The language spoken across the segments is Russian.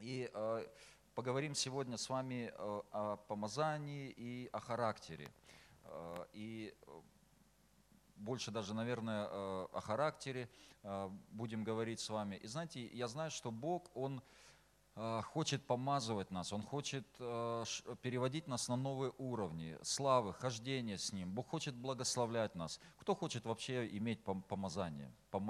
И поговорим сегодня с вами о помазании и о характере. И больше даже, наверное, о характере будем говорить с вами. И знаете, я знаю, что Бог, Он хочет помазывать нас, Он хочет переводить нас на новые уровни славы, хождения с Ним. Бог хочет благословлять нас. Кто хочет вообще иметь помазание?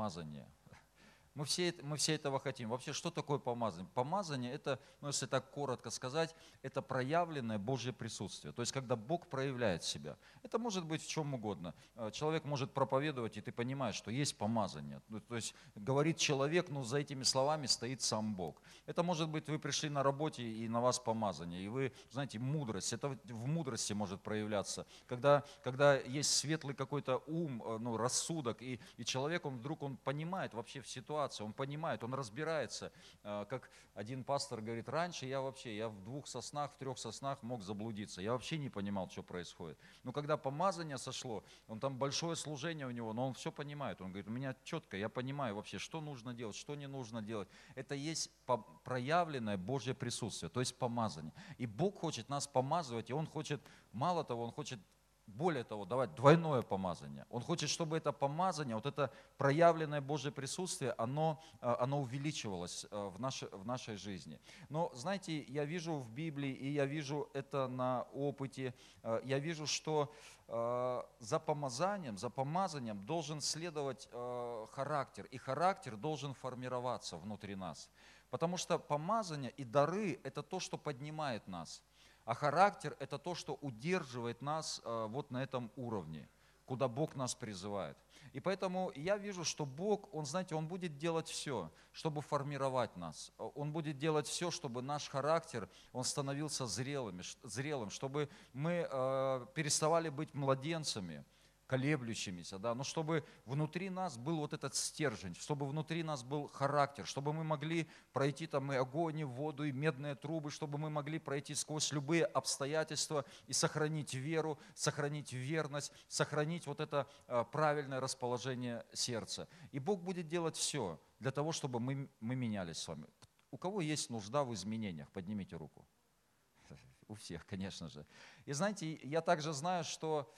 Мы все этого хотим. Вообще, что такое помазание? Помазание – это, если так коротко сказать, это проявленное Божье присутствие. То есть, когда Бог проявляет себя. Это может быть в чем угодно. Человек может проповедовать, и ты понимаешь, что есть помазание. То есть, говорит человек, но за этими словами стоит сам Бог. Это может быть, вы пришли на работе, и на вас помазание. И вы, знаете, мудрость, это в мудрости может проявляться. Когда есть светлый какой-то ум, рассудок, и человек, он понимает вообще в ситуации, он понимает, он разбирается. Как один пастор говорит, раньше я в 2 соснах, в 3 соснах мог заблудиться. Я вообще не понимал, что происходит. Но когда помазание сошло, он там большое служение у него, но он все понимает. Он говорит, у меня четко, я понимаю вообще, что нужно делать, что не нужно делать. Это есть проявленное Божье присутствие, то есть помазание. И Бог хочет нас помазывать, и Он хочет, мало того, Он хочет более того, давать двойное помазание. Он хочет, чтобы это помазание, вот это проявленное Божье присутствие, оно увеличивалось в нашей жизни. Но, знаете, я вижу в Библии, и я вижу это на опыте, я вижу, что за помазанием должен следовать характер, и характер должен формироваться внутри нас. Потому что помазание и дары – это то, что поднимает нас. А характер – это то, что удерживает нас вот на этом уровне, куда Бог нас призывает. И поэтому я вижу, что Бог, Он, знаете, Он будет делать все, чтобы формировать нас. Он будет делать все, чтобы наш характер, он становился зрелым, чтобы мы переставали быть младенцами, колеблющимися, да, но чтобы внутри нас был вот этот стержень, чтобы внутри нас был характер, чтобы мы могли пройти там и огонь, и воду, и медные трубы, чтобы мы могли пройти сквозь любые обстоятельства и сохранить веру, сохранить верность, сохранить вот это правильное расположение сердца. И Бог будет делать все для того, чтобы мы менялись с вами. У кого есть нужда в изменениях? Поднимите руку. У всех, конечно же. И знаете, я также знаю, что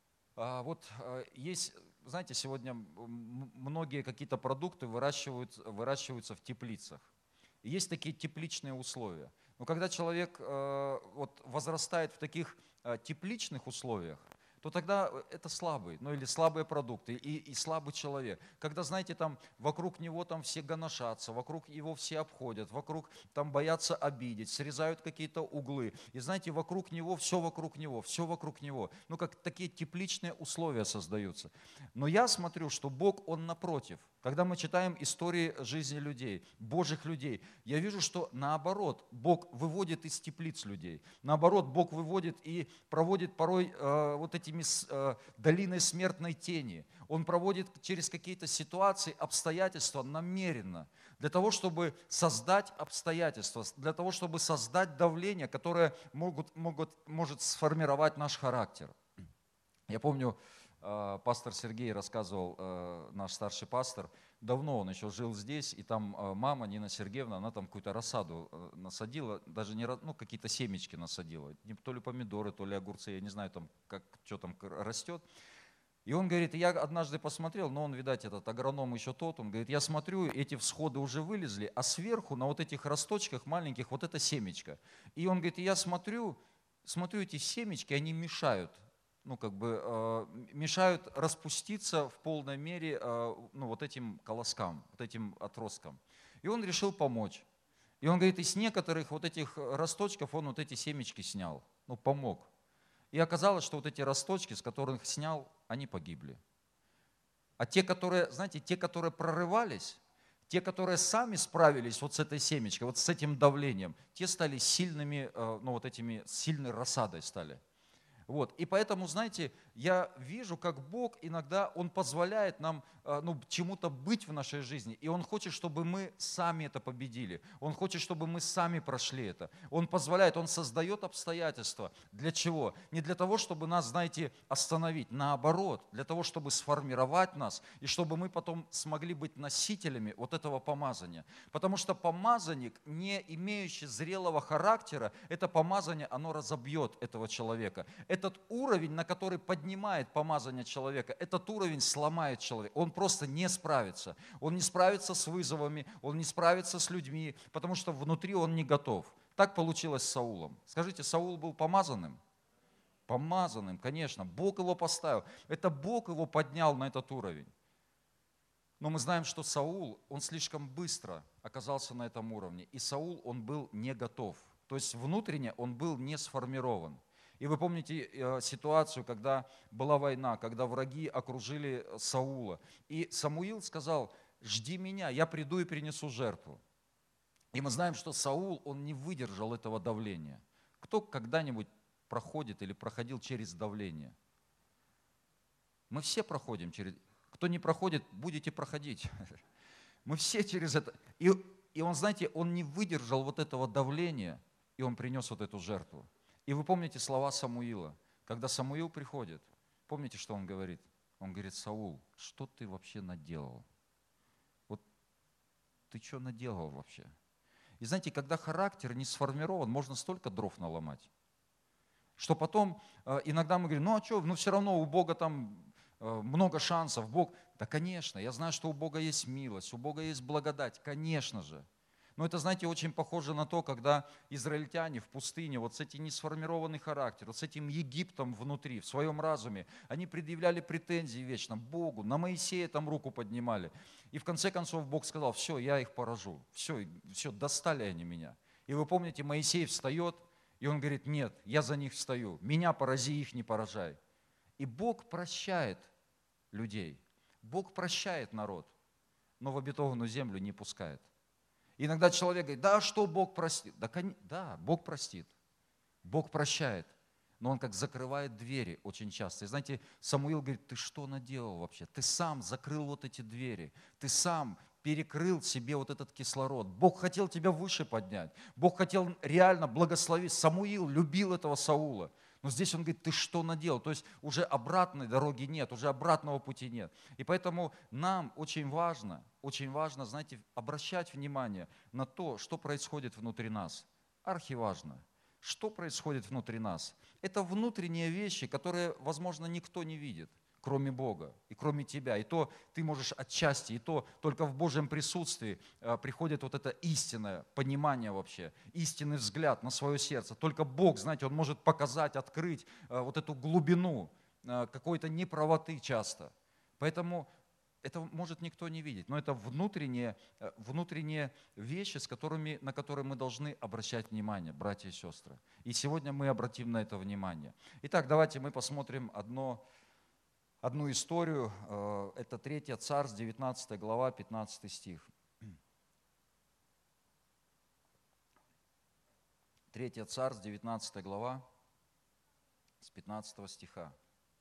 есть, знаете, сегодня многие какие-то продукты выращиваются в теплицах. И есть такие тепличные условия. Но когда человек возрастает в таких тепличных условиях, то тогда это слабый, или слабые продукты, и слабый человек. Когда, знаете, там вокруг него там все гоношатся, вокруг его все обходят, вокруг там боятся обидеть, срезают какие-то углы. И знаете, вокруг него, все вокруг него, все вокруг него. Как такие тепличные условия создаются. Но я смотрю, что Бог, Он напротив. Когда мы читаем истории жизни людей, Божьих людей, я вижу, что наоборот, Бог выводит из теплиц людей. Наоборот, Бог выводит и проводит порой вот этими долиной смертной тени. Он проводит через какие-то ситуации, обстоятельства намеренно, для того, чтобы создать обстоятельства, для того, чтобы создать давление, которое может сформировать наш характер. Я помню, пастор Сергей рассказывал, наш старший пастор, давно он еще жил здесь, и там мама Нина Сергеевна, она там какую-то рассаду насадила, даже какие-то семечки насадила, то ли помидоры, то ли огурцы, я не знаю, что там растет. И он говорит, я однажды посмотрел, но он, видать, этот агроном еще тот, он говорит, я смотрю, эти всходы уже вылезли, а сверху на вот этих росточках маленьких вот это семечко. И он говорит, я смотрю эти семечки, они мешают. Мешают распуститься в полной мере вот этим колоскам, вот этим отросткам. И он решил помочь. И он говорит, из некоторых вот этих росточков он вот эти семечки снял, помог. И оказалось, что вот эти росточки, с которых снял, они погибли. А те, которые прорывались, те, которые сами справились вот с этой семечкой, вот с этим давлением, те стали сильными, сильной рассадой стали. Вот. И поэтому, знаете, я вижу, как Бог иногда, Он позволяет нам чему-то быть в нашей жизни, и Он хочет, чтобы мы сами это победили. Он хочет, чтобы мы сами прошли это. Он позволяет, Он создает обстоятельства. Для чего? Не для того, чтобы нас, знаете, остановить, наоборот, для того, чтобы сформировать нас, и чтобы мы потом смогли быть носителями вот этого помазания. Потому что помазанник, не имеющий зрелого характера, это помазание, оно разобьет этого человека. Этот уровень, на который поднимает помазание человека, этот уровень сломает человека. Он просто не справится. Он не справится с вызовами, он не справится с людьми, потому что внутри он не готов. Так получилось с Саулом. Скажите, Саул был помазанным? Помазанным, конечно. Бог его поставил. Это Бог его поднял на этот уровень. Но мы знаем, что Саул, он слишком быстро оказался на этом уровне. И Саул, он был не готов. То есть внутренне он был не сформирован. И вы помните ситуацию, когда была война, когда враги окружили Саула. И Самуил сказал: жди меня, я приду и принесу жертву. И мы знаем, что Саул, он не выдержал этого давления. Кто когда-нибудь проходит или проходил через давление? Мы все проходим через... Кто не проходит, будете проходить. Мы все через это. И он, знаете, он не выдержал вот этого давления, и он принес вот эту жертву. И вы помните слова Самуила. Когда Самуил приходит, помните, что он говорит? Он говорит: Саул, что ты вообще наделал? Вот ты что наделал вообще? И знаете, когда характер не сформирован, можно столько дров наломать, что потом иногда мы говорим: ну а что, ну все равно у Бога там много шансов. Бог, да, конечно, я знаю, что у Бога есть милость, у Бога есть благодать, конечно же. Но это, знаете, очень похоже на то, когда израильтяне в пустыне, вот с этим несформированный характер, вот с этим Египтом внутри, в своем разуме, они предъявляли претензии вечно Богу, на Моисея там руку поднимали. И в конце концов Бог сказал: все, я их поражу, все, достали они меня. И вы помните, Моисей встает, и он говорит: нет, я за них встаю, меня порази, их не поражай. И Бог прощает людей, Бог прощает народ, но в обетованную землю не пускает. Иногда человек говорит: да, что Бог простит? Да, Бог простит, Бог прощает, но Он как закрывает двери очень часто. И знаете, Самуил говорит: ты что наделал вообще? Ты сам закрыл вот эти двери, ты сам перекрыл себе вот этот кислород. Бог хотел тебя выше поднять, Бог хотел реально благословить. Самуил любил этого Саула. Но здесь он говорит: ты что наделал? То есть уже обратной дороги нет, уже обратного пути нет. И поэтому нам очень важно, знаете, обращать внимание на то, что происходит внутри нас. Архиважно. Что происходит внутри нас? Это внутренние вещи, которые, возможно, никто не видит, кроме Бога и кроме тебя. И то ты можешь отчасти, и то только в Божьем присутствии приходит вот это истинное понимание вообще, истинный взгляд на свое сердце. Только Бог, знаете, Он может показать, открыть вот эту глубину какой-то неправоты часто. Поэтому это может никто не видеть, но это внутренние вещи, на которые мы должны обращать внимание, братья и сестры. И сегодня мы обратим на это внимание. Итак, давайте мы посмотрим одну историю. Это 3 Царств, 19 глава, 15 стих. 3 Царств, 19 глава, с 15 стиха.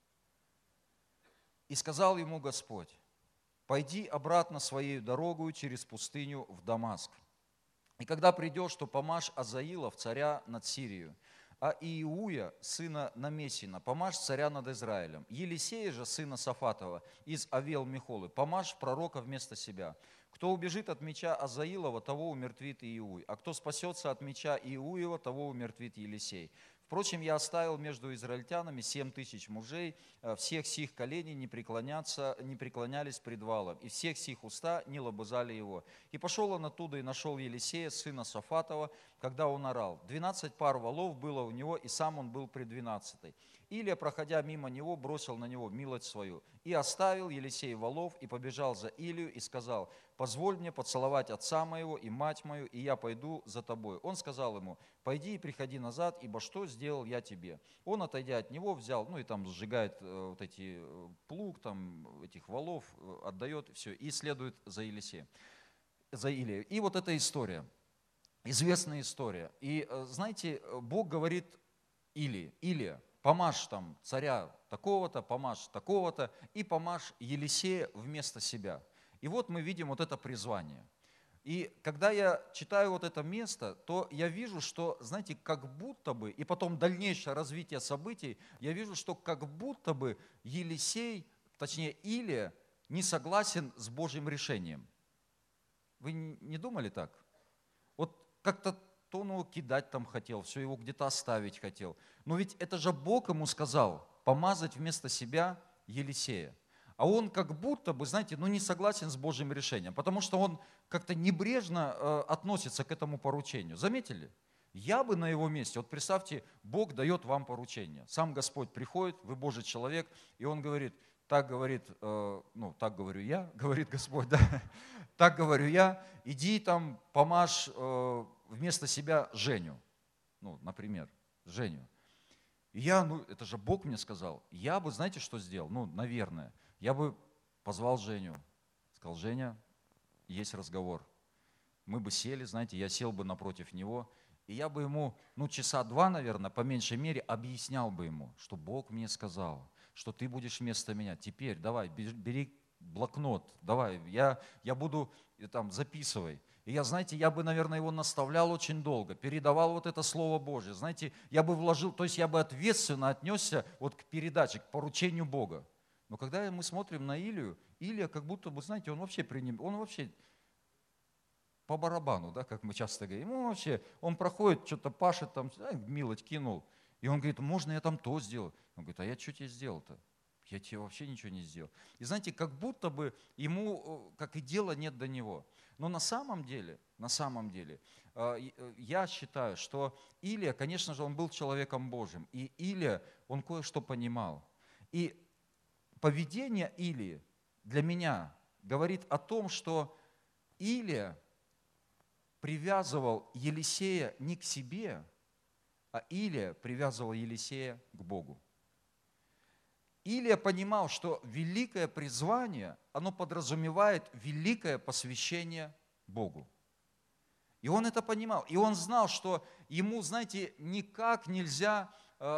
«И сказал ему Господь: пойди обратно своей дорогою через пустыню в Дамаск. И когда придешь, то помажь Азаила в царя над Сирией, а Иуя, сына Намесина, помажь царя над Израилем. Елисея же, сына Сафатова, из Авел-Мехолы, помажь пророка вместо себя. Кто убежит от меча Азаилова, того умертвит Иуй, а кто спасется от меча Иуева, того умертвит Елисей. Впрочем, я оставил между израильтянами 7000 мужей, всех сих коленей не преклонялись пред валом, и всех сих уста не лобызали его. И пошел он оттуда и нашел Елисея, сына Сафатова, когда он орал. 12 пар валов было у него, и сам он был при 12. Илия, проходя мимо него, бросил на него милость свою. И оставил Елисей валов, и побежал за Илию, и сказал: позволь мне поцеловать отца моего и мать мою, и я пойду за тобой. Он сказал ему: пойди и приходи назад, ибо что сделал я тебе? Он, отойдя от него, взял, и там сжигает вот эти плуг, там этих валов, отдает, все, и следует за Елисеем, за Илией. И вот эта история, известная история. И знаете, Бог говорит Илии: Илия, помажь там царя такого-то, помажь такого-то, и помажь Елисея вместо себя. И вот мы видим вот это призвание. И когда я читаю вот это место, то я вижу, что, знаете, как будто бы, и потом дальнейшее развитие событий, я вижу, что как будто бы Елисей, точнее Илия, не согласен с Божьим решением. Вы не думали так? Вот как-то то он его кидать там хотел, все его где-то оставить хотел. Но ведь это же Бог ему сказал, помазать вместо себя Елисея. А он как будто бы, знаете, не согласен с Божьим решением, потому что он как-то небрежно относится к этому поручению. Заметили? Я бы на его месте, вот представьте, Бог дает вам поручение. Сам Господь приходит, вы Божий человек, и он говорит, так говорит, так говорю я, говорит Господь, да, так говорю я, иди там помажь вместо себя Женю, например, Женю. И я, это же Бог мне сказал, я бы, знаете, что сделал? Наверное, я бы позвал Женю, сказал, Женя, есть разговор. Мы бы сели, знаете, я сел бы напротив него, и я бы ему, часа два, наверное, по меньшей мере, объяснял бы ему, что Бог мне сказал, что ты будешь вместо меня. Теперь давай, бери блокнот, давай, я буду, там, записывай. И я бы, наверное, его наставлял очень долго, передавал вот это Слово Божье. Знаете, я бы вложил, то есть я бы ответственно отнесся вот к передаче, к поручению Бога. Но когда мы смотрим на Илию, Илия как будто бы, знаете, он вообще по барабану, да, как мы часто говорим. Он проходит, что-то пашет, там, милость кинул. И он говорит, можно я там то сделаю? Он говорит, а я что тебе сделал-то? Я тебе вообще ничего не сделал. И знаете, как будто бы ему, как и дела нет до него. Но на самом деле, я считаю, что Илия, конечно же, он был человеком Божьим. И Илия, он кое-что понимал. И поведение Илии для меня говорит о том, что Илия привязывал Елисея не к себе, а Илия привязывал Елисея к Богу. Илия понимал, что великое призвание, оно подразумевает великое посвящение Богу. И он это понимал. И он знал, что ему, знаете, никак нельзя,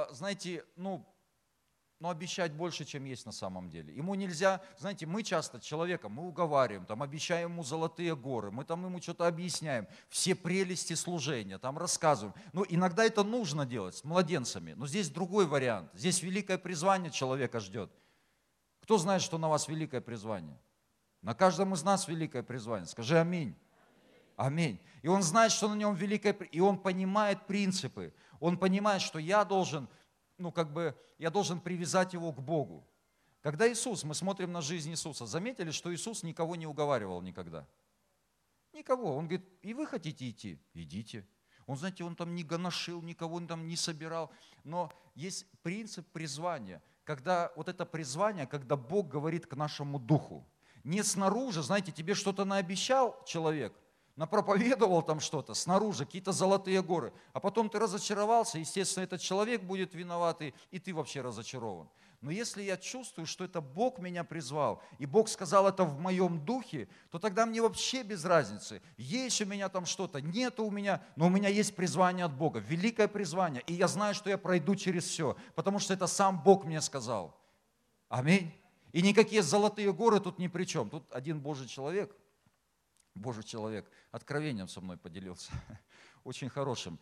обещать больше, чем есть на самом деле. Ему нельзя, знаете, мы часто человека, мы уговариваем, там, обещаем ему золотые горы, мы там ему что-то объясняем, все прелести служения, там рассказываем. Иногда это нужно делать с младенцами, но здесь другой вариант. Здесь великое призвание человека ждет. Кто знает, что на вас великое призвание? На каждом из нас великое призвание. Скажи аминь. Аминь. И он знает, что на нем великое, и он понимает принципы. Он понимает, что я должен привязать его к Богу. Когда мы смотрим на жизнь Иисуса, заметили, что Иисус никого не уговаривал никогда? Никого. Он говорит, и вы хотите идти? Идите. Он, знаете, он там не гоношил, никого там не собирал. Но есть принцип призвания. Когда вот это призвание, когда Бог говорит к нашему духу. Не снаружи, знаете, тебе что-то наобещал человек, напроповедовал там что-то, снаружи какие-то золотые горы, а потом ты разочаровался, естественно, этот человек будет виноват, и ты вообще разочарован. Но если я чувствую, что это Бог меня призвал, и Бог сказал это в моем духе, то тогда мне вообще без разницы, есть у меня там что-то, нету у меня, но у меня есть призвание от Бога, великое призвание, и я знаю, что я пройду через все, потому что это сам Бог мне сказал. Аминь. И никакие золотые горы тут ни при чем. Тут один Божий человек, откровением со мной поделился, очень хорошим.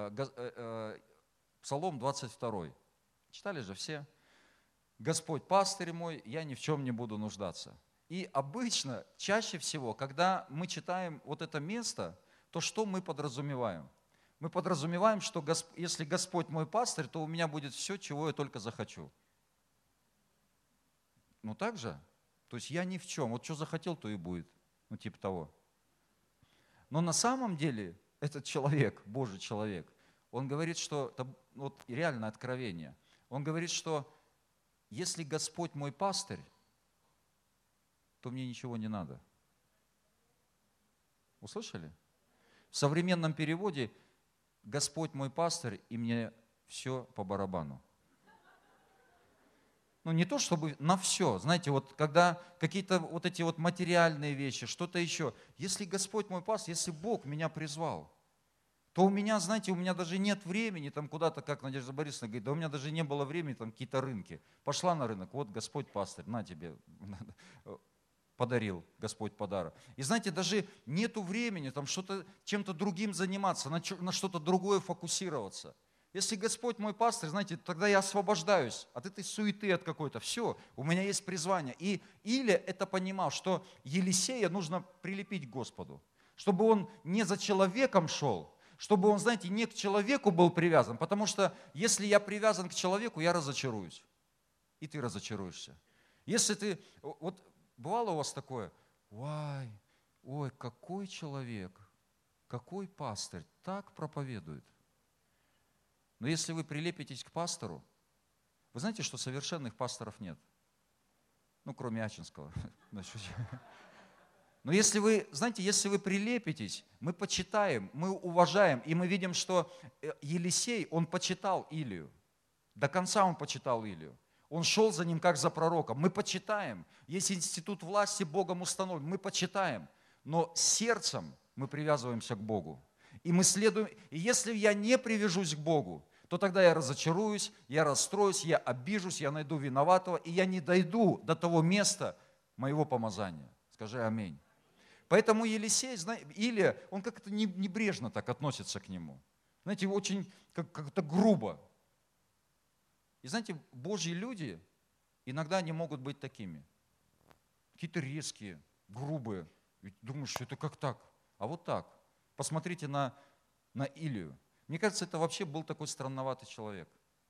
Псалом 22. Читали же все? «Господь пастырь мой, я ни в чем не буду нуждаться». И обычно, чаще всего, когда мы читаем вот это место, то что мы подразумеваем? Мы подразумеваем, что если Господь мой пастырь, то у меня будет все, чего я только захочу. Так же? То есть я ни в чем. Вот что захотел, то и будет. Типа того. Но на самом деле этот человек, Божий человек, он говорит, что, это реально откровение, он говорит, что если Господь мой пастырь, то мне ничего не надо. Услышали? В современном переводе Господь мой пастырь, и мне все по барабану. Не то чтобы на все, знаете, когда какие-то эти материальные вещи, что-то еще. Если Господь мой пастырь, если Бог меня призвал, то у меня, знаете, у меня даже нет времени там куда-то, как Надежда Борисовна говорит, да у меня даже не было времени там какие-то рынки. Пошла на рынок, вот Господь пастырь, на тебе, подарил Господь подарок. И знаете, даже нету времени там что-то, чем-то другим заниматься, на что-то другое фокусироваться. Если Господь мой пастырь, знаете, тогда я освобождаюсь от этой суеты, от какой-то. Все, у меня есть призвание. И Илия это понимал, что Елисея нужно прилепить к Господу, чтобы он не за человеком шел, чтобы он, знаете, не к человеку был привязан, потому что если я привязан к человеку, я разочаруюсь, и ты разочаруешься. Если ты, вот бывало у вас такое, ой, какой человек, какой пастырь так проповедует. Но если вы прилепитесь к пастору, вы знаете, что совершенных пасторов нет. Ну, кроме Ачинского. Но если вы, знаете, если вы прилепитесь, мы почитаем, мы уважаем, и мы видим, что Елисей, он почитал Илию. До конца он почитал Илию. Он шел за ним, как за пророком. Мы почитаем. Есть институт власти Богом установлен. Мы почитаем. Но сердцем мы привязываемся к Богу. И мы следуем. И если я не привяжусь к Богу, то тогда я разочаруюсь, я расстроюсь, я обижусь, я найду виноватого, и я не дойду до того места моего помазания. Скажи аминь. Поэтому Елисей, Илия, он как-то небрежно так относится к нему. Знаете, очень как-то грубо. И знаете, Божьи люди, иногда они могут быть такими. Какие-то резкие, грубые. Ведь думаешь, что это как так? А вот так. Посмотрите на Илию. Мне кажется, это вообще был такой странноватый человек.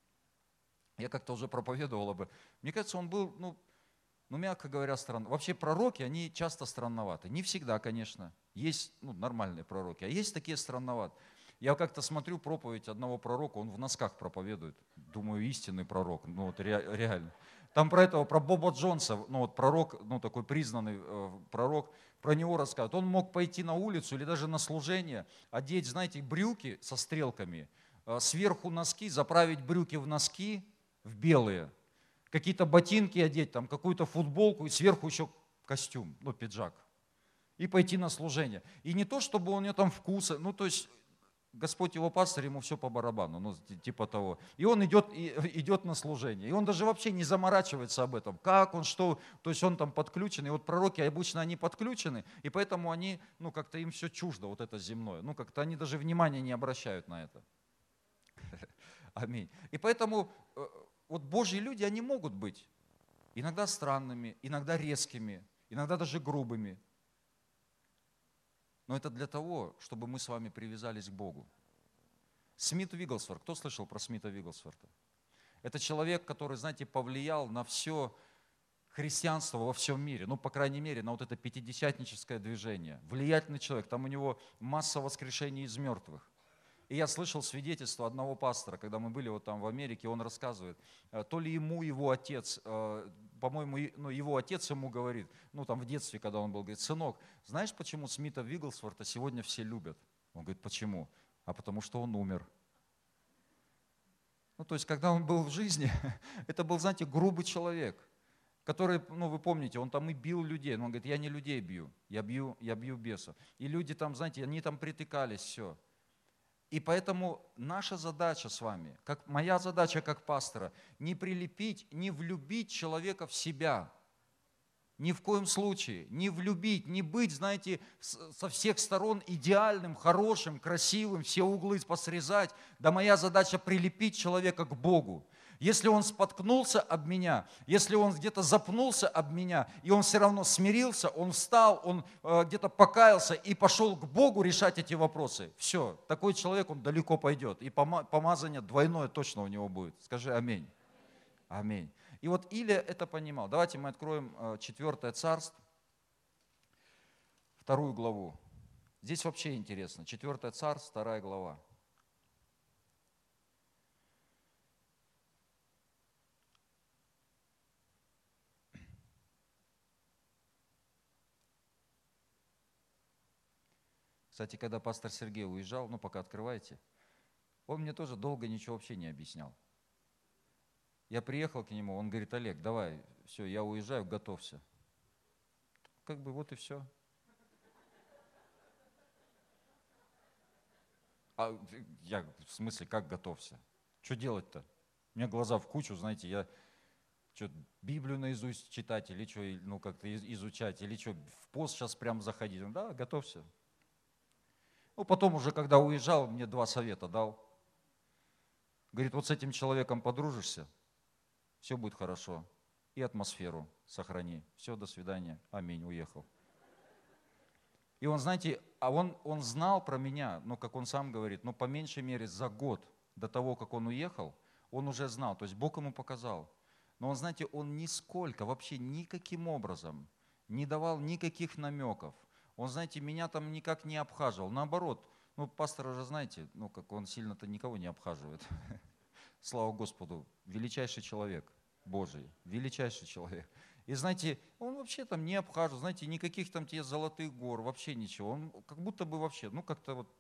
Я как-то уже проповедовал об этом. Мне кажется, он был, мягко говоря, странный. Вообще пророки, они часто странноваты. Не всегда, конечно. Есть нормальные пророки, а есть такие странноватые. Я как-то смотрю проповедь одного пророка, он в носках проповедует. Думаю, истинный пророк, реально. Там про Боба Джонса, пророк, такой признанный пророк, про него рассказывают. Он мог пойти на улицу или даже на служение, одеть, знаете, брюки со стрелками, сверху носки, заправить брюки в носки, в белые, какие-то ботинки одеть, там какую-то футболку и сверху еще костюм, пиджак. И пойти на служение. И не то, чтобы у него там вкуса, то есть Господь его пастырь, ему все по барабану, типа того. И он идет на служение. И он даже вообще не заморачивается об этом. Как он, что, то есть он там подключен. И вот пророки обычно они подключены, и поэтому они, как-то им все чуждо, вот это земное. Как-то они даже внимания не обращают на это. Аминь. И поэтому вот Божьи люди, они могут быть иногда странными, иногда резкими, иногда даже грубыми. Но это для того, чтобы мы с вами привязались к Богу. Смит Вигглсворт. Кто слышал про Смита Вигглсворта? Это человек, который, знаете, повлиял на все христианство во всем мире. По крайней мере, на вот это пятидесятническое движение. Влиятельный человек. Там у него масса воскрешений из мертвых. И я слышал свидетельство одного пастора, когда мы были вот там в Америке, он рассказывает, то ли ему его отец, по-моему, его отец ему говорит, там в детстве, когда он был, говорит, сынок, знаешь, почему Смита Вигглсворта сегодня все любят? Он говорит, почему? А потому что он умер. То есть, когда он был в жизни, это был, знаете, грубый человек, который, вы помните, он там и бил людей, но он говорит, я не людей бью, я бью бесов. И люди там, знаете, они там притыкались, все. И поэтому наша задача с вами, моя задача как пастора, не прилепить, не влюбить человека в себя. Ни в коем случае. Не влюбить, не быть, знаете, со всех сторон идеальным, хорошим, красивым, все углы посрезать. Да моя задача прилепить человека к Богу. Если он споткнулся об меня, если он где-то запнулся об меня, и он все равно смирился, он встал, он где-то покаялся и пошел к Богу решать эти вопросы, все, такой человек, он далеко пойдет. И помазание двойное точно у него будет. Скажи аминь. Аминь. И вот Илия это понимал. Давайте мы откроем 4 Царств, 2 главу. Здесь вообще интересно. 4 Царств, 2 глава. Кстати, когда пастор Сергей уезжал, пока открывайте, он мне тоже долго ничего вообще не объяснял. Я приехал к нему, он говорит, Олег, давай, все, я уезжаю, готовься. Вот и все. А я, в смысле, как готовься? Что делать-то? У меня глаза в кучу, знаете, я что, Библию наизусть читать, или что, ну, как-то изучать, или что, в пост сейчас прям заходить. Ну, да, готовься. Ну, потом уже, когда уезжал, мне 2 совета дал. Говорит, вот с этим человеком подружишься, все будет хорошо. И атмосферу сохрани. Все, до свидания. Аминь, уехал. И он, знаете, он знал про меня, ну, как он сам говорит, но по меньшей мере за год до того, как он уехал, он уже знал, то есть Бог ему показал. Но он, знаете, он нисколько, вообще никаким образом не давал никаких намеков. Он, знаете, меня там никак не обхаживал. Наоборот, ну, пастора же знаете, ну, как он сильно-то никого не обхаживает. Слава Господу, величайший человек Божий, величайший человек. И знаете, он вообще там не обхаживал, знаете, никаких там тебе золотых гор, вообще ничего. Он как будто бы вообще, ну как-то вот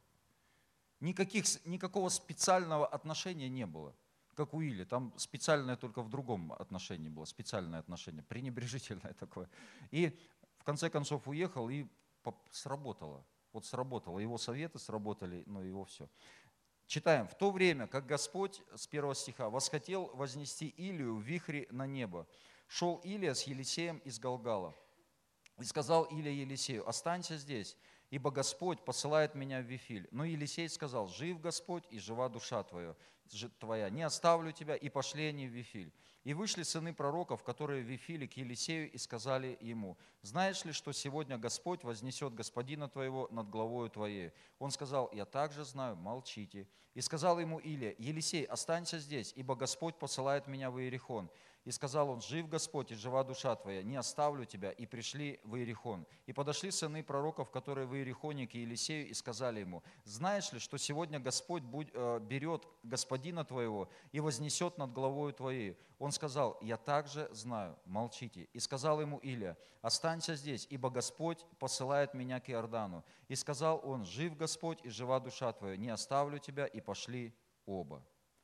никакого специального отношения не было. Как у Или, там специальное только в другом отношении было, специальное отношение, пренебрежительное такое. И в конце концов уехал, и сработало. Вот сработало, его советы сработали, ну его все. Читаем. «В то время, как Господь, с 1 стиха, восхотел вознести Илию в вихре на небо, шел Илия с Елисеем из Галгала. И сказал Илия Елисею: останься здесь, ибо Господь посылает меня в Вифиль. Но Елисей сказал: жив Господь, и жива душа твоя. Не оставлю тебя, и пошли они в Вифиль. И вышли сыны пророков, которые в Вифиле, к Елисею, и сказали ему: знаешь ли, что сегодня Господь вознесет господина твоего над главою твоей? Он сказал: я также знаю, молчите. И сказал ему Илия: Елисей, останься здесь, ибо Господь посылает меня в Иерихон. И сказал он: жив Господь, и жива душа твоя, не оставлю тебя. И пришли в Иерихон. И подошли сыны пророков, которые в Иерихоне, к Елисею, и сказали ему: знаешь ли, что сегодня Господь берет господина твоего и вознесет над головою твоей? Он сказал: я также знаю, молчите. И сказал ему Илия: останься здесь, ибо Господь посылает меня к Иордану. И сказал он: жив Господь, и жива душа твоя, не оставлю тебя. И пошли оба.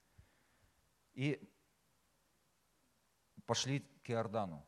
И пошли к Иордану.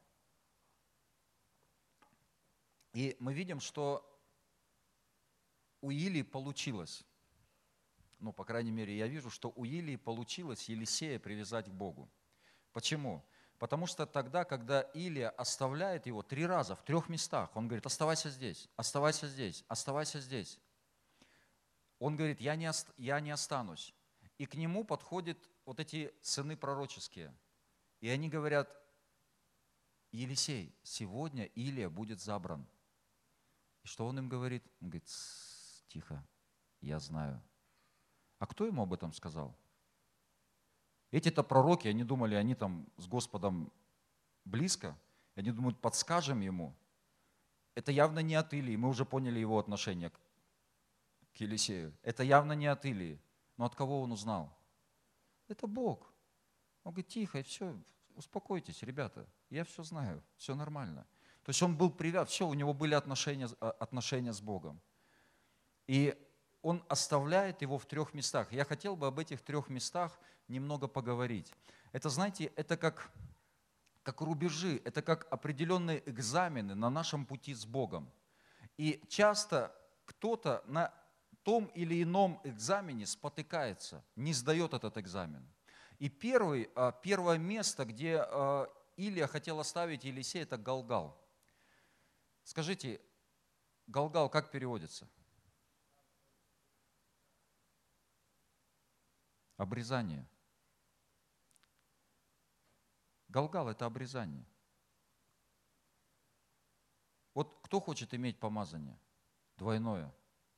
И мы видим, что у Илии получилось, ну, по крайней мере, я вижу, что у Илии получилось Елисея привязать к Богу. Почему? Потому что тогда, когда Илия оставляет его 3 раза, в 3 местах, он говорит: оставайся здесь, оставайся здесь, оставайся здесь. Он говорит: я не останусь. И к нему подходят вот эти сыны пророческие. И они говорят: Елисей, сегодня Илия будет забран. И что он им говорит? Он говорит: тихо, я знаю. А кто ему об этом сказал? Эти-то пророки, они думали, они там с Господом близко, и они думают, подскажем ему. Это явно не от Илии, мы уже поняли его отношение к Елисею. Это явно не от Илии. Но от кого он узнал? Это Бог. Он говорит: тихо, все, успокойтесь, ребята, я все знаю, все нормально. То есть он был привязан, все, у него были отношения с Богом. И он оставляет его в 3 местах. Я хотел бы об этих 3 местах немного поговорить. Это, знаете, это как рубежи, это как определенные экзамены на нашем пути с Богом. И часто кто-то на том или ином экзамене спотыкается, не сдает этот экзамен. И первое место, где Илия хотел оставить Елисея, это Галгал. Скажите, Галгал как переводится? Обрезание. Галгал – это обрезание. Вот кто хочет иметь помазание? Двойное.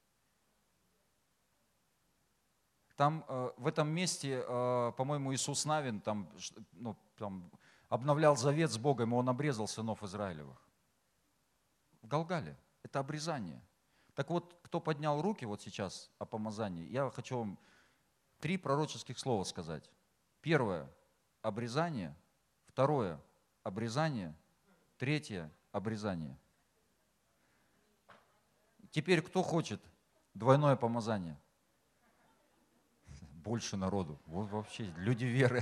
Там в этом месте, по-моему, Иисус Навин там обновлял завет с Богом, и он обрезал сынов Израилевых. В Галгале. Это обрезание. Так вот, кто поднял руки вот сейчас о помазании, я хочу вам 3 пророческих слова сказать. Первое – обрезание. Второе – обрезание. Третье – обрезание. Теперь кто хочет двойное помазание? Больше народу. Вот вообще люди веры.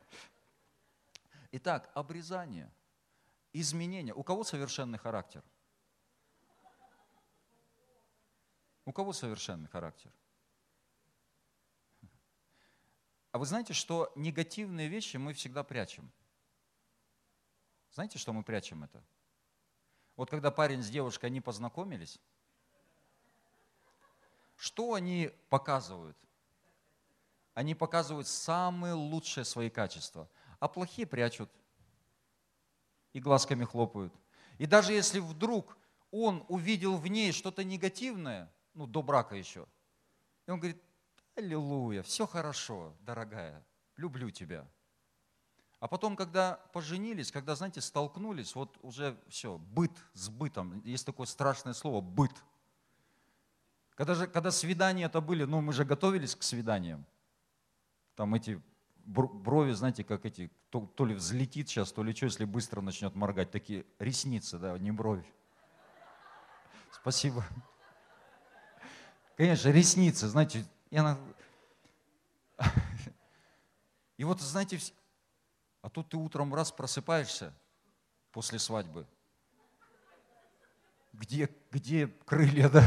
Итак, обрезание, изменение. У кого совершенный характер? У кого совершенный характер? А вы знаете, что негативные вещи мы всегда прячем? Знаете, что мы прячем это? Вот когда парень с девушкой, они познакомились, что они показывают? Они показывают самые лучшие свои качества, а плохие прячут и глазками хлопают. И даже если вдруг он увидел в ней что-то негативное, ну, до брака еще, и он говорит: аллилуйя, все хорошо, дорогая, люблю тебя. А потом, когда поженились, когда, знаете, столкнулись, вот уже все, быт с бытом, есть такое страшное слово «быт». Когда свидания это были, ну, мы же готовились к свиданиям. Там эти брови, знаете, как эти, то ли взлетит сейчас, то ли что, если быстро начнет моргать. Такие ресницы, да, не брови. Спасибо. Конечно, ресницы, знаете, и вот, знаете, а тут ты утром раз просыпаешься после свадьбы. Где крылья, да?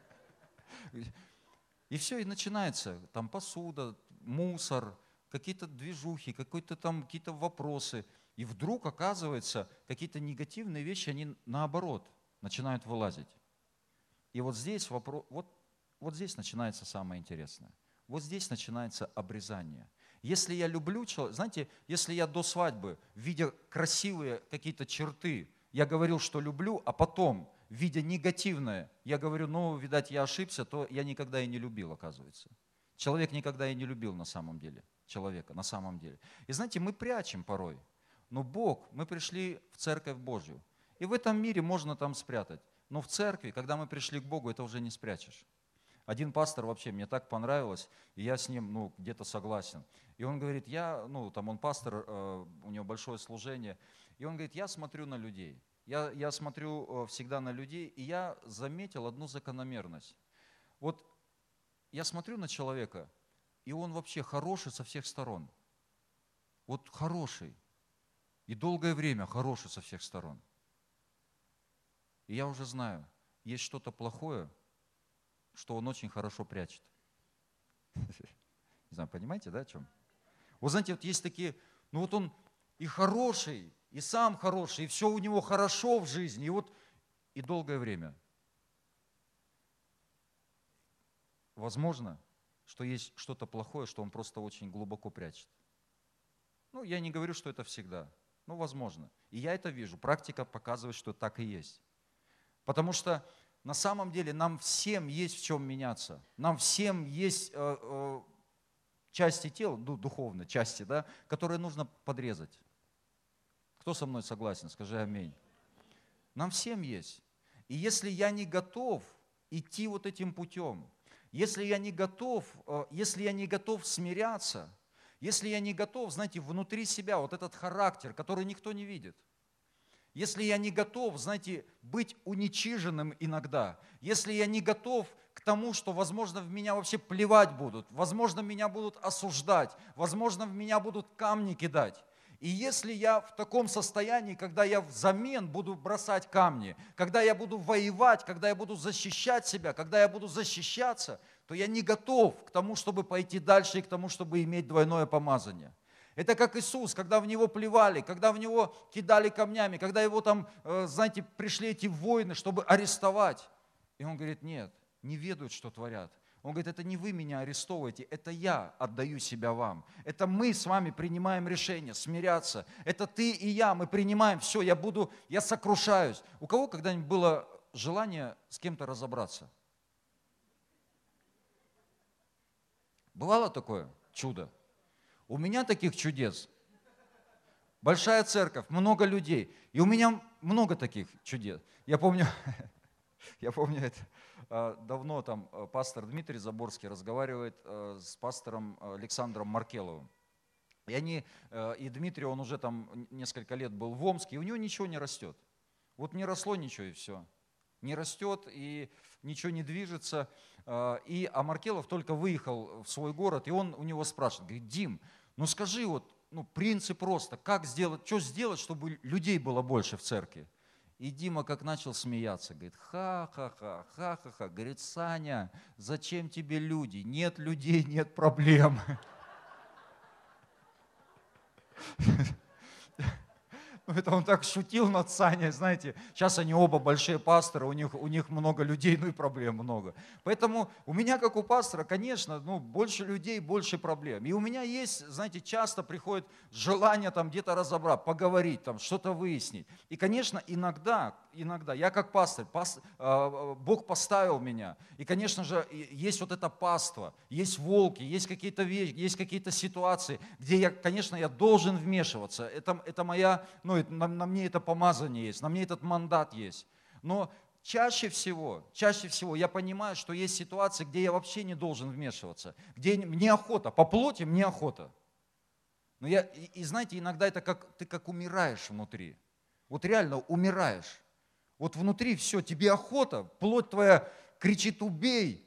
И все, и начинается. Там посуда, мусор, какие-то движухи, какие-то вопросы. И вдруг, оказывается, какие-то негативные вещи, они наоборот начинают вылазить. И вот здесь вот здесь начинается самое интересное. Вот здесь начинается обрезание. Если я люблю человека, знаете, если я до свадьбы, видя красивые какие-то черты, я говорил, что люблю, а потом, видя негативное, я говорю: ну, видать, я ошибся, то я никогда и не любил, оказывается. Человек никогда и не любил на самом деле человека, на самом деле. И знаете, мы прячем порой, но Бог, мы пришли в Церковь Божью, и в этом мире можно там спрятать, но в церкви, когда мы пришли к Богу, это уже не спрячешь. Один пастор вообще, мне так понравилось, и я с ним, ну, где-то согласен. И он говорит, он пастор, у него большое служение, и он говорит: я смотрю на людей, я смотрю всегда на людей, и я заметил одну закономерность. Вот я смотрю на человека, и он вообще хороший со всех сторон. Вот хороший, и долгое время хороший со всех сторон. И я уже знаю, есть что-то плохое, что он очень хорошо прячет. Не знаю, понимаете, да, о чем? Вот знаете, вот есть такие, ну вот он и хороший, и сам хороший, и все у него хорошо в жизни, и долгое время. Возможно, что есть что-то плохое, что он просто очень глубоко прячет. Ну, я не говорю, что это всегда, но возможно. И я это вижу, практика показывает, что так и есть. Потому что на самом деле нам всем есть в чем меняться. Нам всем есть части тела, духовные части, да, которые нужно подрезать. Кто со мной согласен? Скажи аминь. Нам всем есть. И если я не готов идти вот этим путем, если я не готов смиряться, если я не готов, знаете, внутри себя вот этот характер, который никто не видит, если я не готов, знаете, быть уничиженным иногда, если я не готов к тому, что, возможно, в меня вообще плевать будут, возможно, меня будут осуждать, возможно, в меня будут камни кидать. И если я в таком состоянии, когда я взамен буду бросать камни, когда я буду воевать, когда я буду защищать себя, когда я буду защищаться, то я не готов к тому, чтобы пойти дальше и к тому, чтобы иметь двойное помазание. Это как Иисус, когда в Него плевали, когда в Него кидали камнями, когда Его там, знаете, пришли эти воины, чтобы арестовать. И Он говорит: нет, не ведают, что творят. Он говорит: это не вы меня арестовываете, это я отдаю себя вам. Это мы с вами принимаем решение смиряться. Это ты и я, мы принимаем все, я сокрушаюсь. У кого когда-нибудь было желание с кем-то разобраться? Бывало такое чудо? У меня таких чудес. Большая церковь, много людей. И у меня много таких чудес. Я помню это давно там пастор Дмитрий Заборский разговаривает с пастором Александром Маркеловым. И Дмитрий, он уже там несколько лет был в Омске, и у него ничего не растет. Вот не росло ничего, и все. Не растет, и ничего не движется. А Маркелов только выехал в свой город, и он у него спрашивает, говорит: Дим, ну скажи принцип просто, как сделать, что сделать, чтобы людей было больше в церкви? И Дима как начал смеяться, говорит: ха-ха-ха, ха-ха-ха. Говорит: Саня, зачем тебе люди? Нет людей, нет проблем. Ну, это он так шутил над Саней, знаете. Сейчас они оба большие пасторы, у них много людей, ну и проблем много. Поэтому у меня, как у пастора, конечно, больше людей, больше проблем. И у меня есть, знаете, часто приходит желание там где-то разобрать, поговорить, там что-то выяснить. И, конечно, иногда, я как пастор, Бог поставил меня. И, конечно же, есть вот это паство, есть волки, есть какие-то вещи, есть какие-то ситуации, где я, конечно, я должен вмешиваться. Это моя, на мне это помазание есть, на мне этот мандат есть. Но чаще всего я понимаю, что есть ситуации, где я вообще не должен вмешиваться, где мне охота, по плоти мне охота. Но знаете, иногда это ты как умираешь внутри. Вот реально умираешь. Вот внутри все, тебе охота, плоть твоя кричит «убей»,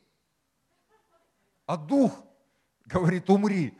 а дух говорит «умри».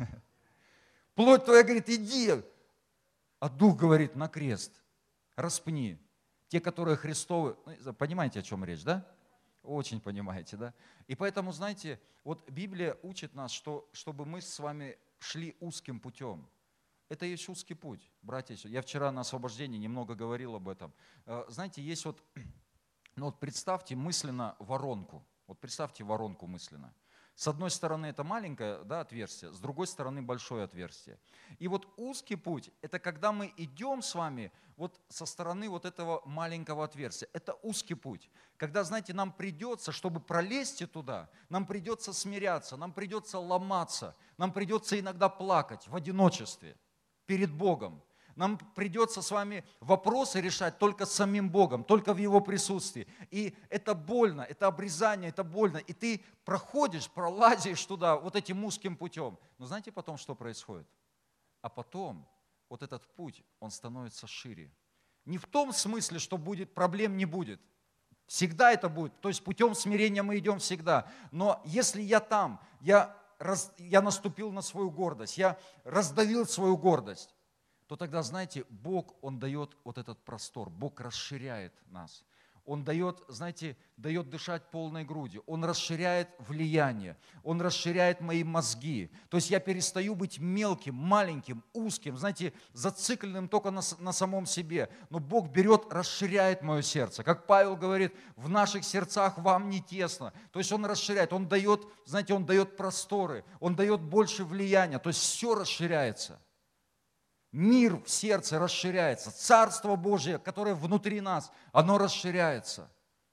Плоть твоя говорит «иди», а дух говорит «на крест, распни». Те, которые Христовы, понимаете, о чем речь, да? Очень понимаете, да? И поэтому, знаете, вот Библия учит нас, что чтобы мы с вами шли узким путем. Это есть узкий путь, братья и сестры. Я вчера на освобождении немного говорил об этом. Знаете, есть вот представьте мысленно воронку. Вот представьте воронку мысленно. С одной стороны это маленькое, да, отверстие, с другой стороны большое отверстие. И вот узкий путь, это когда мы идем с вами вот со стороны вот этого маленького отверстия. Это узкий путь. Когда, знаете, нам придется, чтобы пролезть туда, нам придется смиряться, нам придется ломаться, нам придется иногда плакать в одиночестве перед Богом. Нам придется с вами вопросы решать только с самим Богом, только в Его присутствии. И это больно, это обрезание, это больно. И ты проходишь, пролазишь туда вот этим узким путем. Но знаете потом, что происходит? А потом вот этот путь, он становится шире. Не в том смысле, что проблем не будет. Всегда это будет. То есть путем смирения мы идем всегда. Но если я там, я наступил на свою гордость, я раздавил свою гордость, то тогда, знаете, Бог, Он дает вот этот простор, Бог расширяет нас. Он дает, знаете, дает дышать полной грудью. Он расширяет влияние, Он расширяет мои мозги. То есть я перестаю быть мелким, маленьким, узким, знаете, зацикленным только на самом себе. Но Бог берет, расширяет мое сердце. Как Павел говорит, в наших сердцах вам не тесно. То есть Он расширяет, Он дает, знаете, Он дает просторы, Он дает больше влияния. То есть все расширяется. Мир в сердце расширяется. Царство Божие, которое внутри нас, оно расширяется.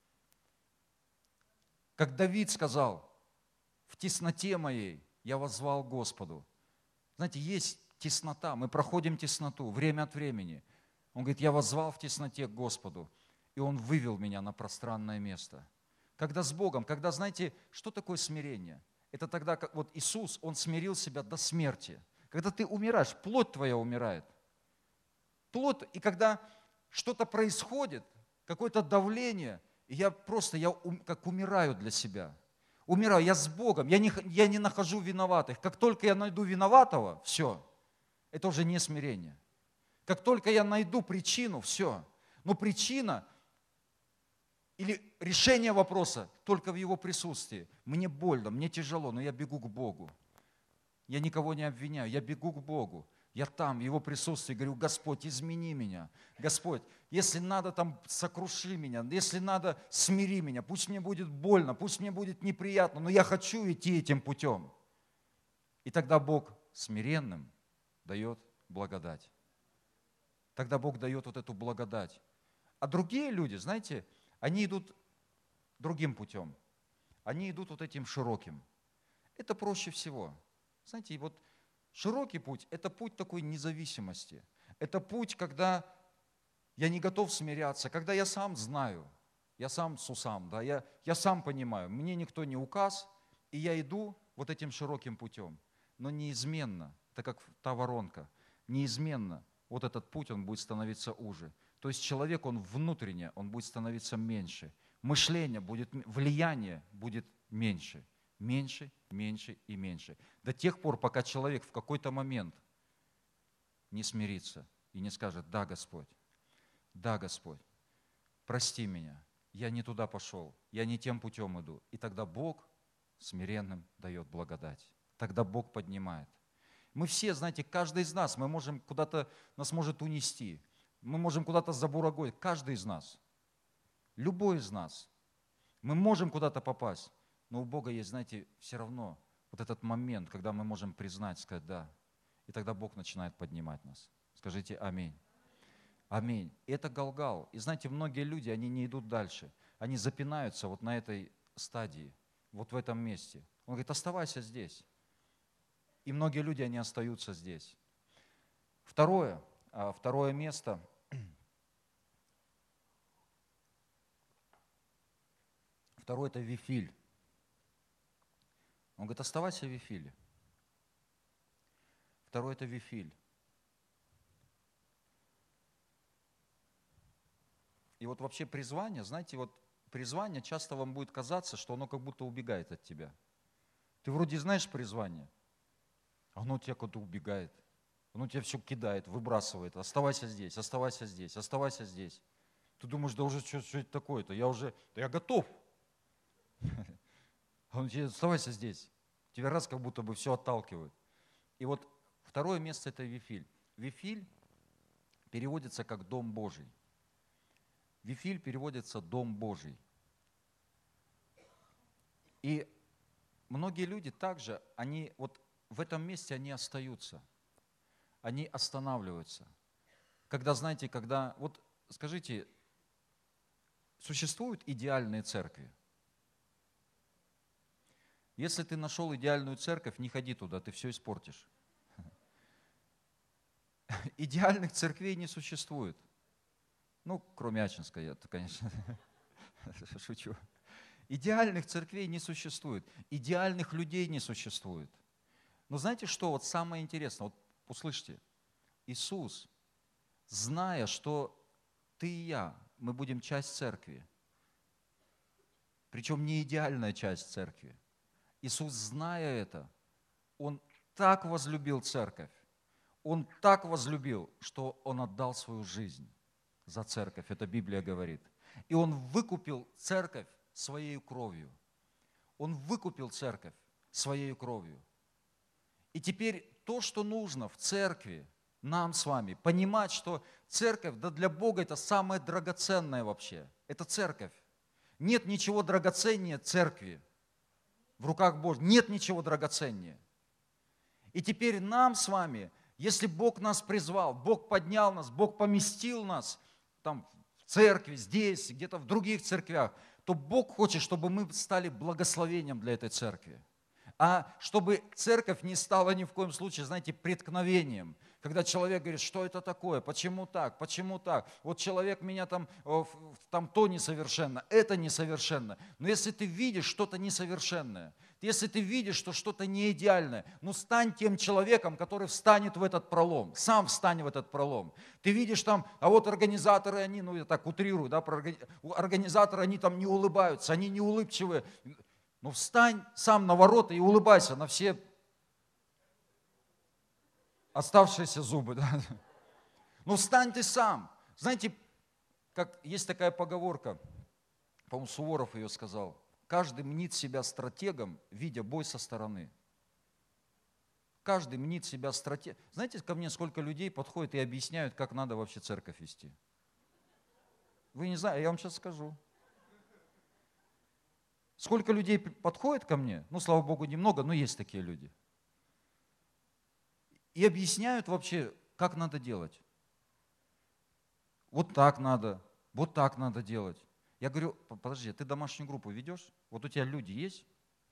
Как Давид сказал, в тесноте моей я воззвал Господу. Знаете, есть теснота, мы проходим тесноту время от времени. Он говорит, я воззвал в тесноте к Господу, и Он вывел меня на пространное место. Когда с Богом, когда, знаете, что такое смирение? Это тогда, как вот Иисус, Он смирил себя до смерти. Когда ты умираешь, плоть твоя умирает. Плоть, и когда что-то происходит, какое-то давление, и я как умираю для себя. Умираю, я с Богом, я не нахожу виноватых. Как только я найду виноватого, все, это уже не смирение. Как только я найду причину, все. Но причина или решение вопроса только в Его присутствии. Мне больно, мне тяжело, но я бегу к Богу. Я никого не обвиняю, я бегу к Богу. Я там, в Его присутствии, говорю, Господь, измени меня. Господь, если надо, там, сокруши меня. Если надо, смири меня. Пусть мне будет больно, пусть мне будет неприятно, но я хочу идти этим путем. И тогда Бог смиренным дает благодать. Тогда Бог дает вот эту благодать. А другие люди, знаете, они идут другим путем. Они идут вот этим широким. Это проще всего. Знаете, вот широкий путь – это путь такой независимости. Это путь, когда я не готов смиряться, когда я сам знаю, я сам сусам, да, я сам понимаю, мне никто не указ, и я иду вот этим широким путем. Но неизменно, так как та воронка, неизменно вот этот путь, он будет становиться уже. То есть человек, он внутренне, он будет становиться меньше. Мышление будет, влияние будет меньше. Меньше, меньше и меньше. До тех пор, пока человек в какой-то момент не смирится и не скажет, да, Господь, прости меня, я не туда пошел, я не тем путем иду. И тогда Бог смиренным дает благодать. Тогда Бог поднимает. Мы все, знаете, каждый из нас, мы можем куда-то, нас может унести. Мы можем куда-то забурагоить. Каждый из нас. Любой из нас. Мы можем куда-то попасть. Но у Бога есть, знаете, все равно вот этот момент, когда мы можем признать, сказать «да». И тогда Бог начинает поднимать нас. Скажите «Аминь». Аминь. И это Галгал. И знаете, многие люди, они не идут дальше. Они запинаются вот на этой стадии, вот в этом месте. Он говорит, оставайся здесь. И многие люди, они остаются здесь. Второе место. Второе – это Вифиль. Он говорит, оставайся в Вифиле. Второе – это Вифиль. И вот вообще призвание, знаете, вот призвание часто вам будет казаться, что оно как будто убегает от тебя. Ты вроде знаешь призвание, а оно у тебя куда-то убегает. Оно тебя все кидает, выбрасывает. Оставайся здесь, оставайся здесь, оставайся здесь. Ты думаешь, да уже что это такое-то? Я готов. А он тебе, оставайся здесь. Тебя раз как будто бы все отталкивает. И вот второе место – это Вифиль. Вифиль переводится как Дом Божий. Вифиль переводится Дом Божий. И многие люди также, они вот в этом месте они остаются. Они останавливаются. Когда, знаете, вот скажите, существуют идеальные церкви? Если ты нашел идеальную церковь, не ходи туда, ты все испортишь. Идеальных церквей не существует. Ну, кроме Ачинской, я, конечно, шучу. Идеальных церквей не существует. Идеальных людей не существует. Но знаете что, вот самое интересное, вот услышьте, Иисус, зная, что ты и я, мы будем часть церкви, причем не идеальная часть церкви, Иисус, зная это, Он так возлюбил церковь, Он так возлюбил, что Он отдал свою жизнь за церковь, это Библия говорит. И Он выкупил церковь своей кровью. Он выкупил церковь своей кровью. И теперь то, что нужно в церкви, нам с вами, понимать, что церковь, да для Бога это самое драгоценное вообще. Это церковь. Нет ничего драгоценнее церкви в руках Божьих. Нет ничего драгоценнее. И теперь нам с вами, если Бог нас призвал, Бог поднял нас, Бог поместил нас там в церкви, здесь, где-то в других церквях, то Бог хочет, чтобы мы стали благословением для этой церкви. А чтобы церковь не стала ни в коем случае, знаете, преткновением. Когда человек говорит, что это такое, почему так, почему так. Вот человек меня там то несовершенно, это несовершенно. Но если ты видишь что-то несовершенное, если ты видишь, что что-то не идеальное, ну стань тем человеком, который встанет в этот пролом. Сам встань в этот пролом. Ты видишь там, а вот организаторы, они, ну я так утрирую, да, организаторы, они там не улыбаются, они не улыбчивые. Ну встань сам на ворота и улыбайся на все оставшиеся зубы. Да? Ну встань ты сам. Знаете, как есть такая поговорка, по-моему, Суворов ее сказал. Каждый мнит себя стратегом, видя бой со стороны. Каждый мнит себя стратегом. Знаете, ко мне сколько людей подходит и объясняют, как надо вообще церковь вести? Вы не знаете, я вам сейчас скажу. Сколько людей подходит ко мне, ну, слава Богу, немного, но есть такие люди, и объясняют вообще, как надо делать. Вот так надо делать. Я говорю, подожди, ты домашнюю группу ведешь? Вот у тебя люди есть?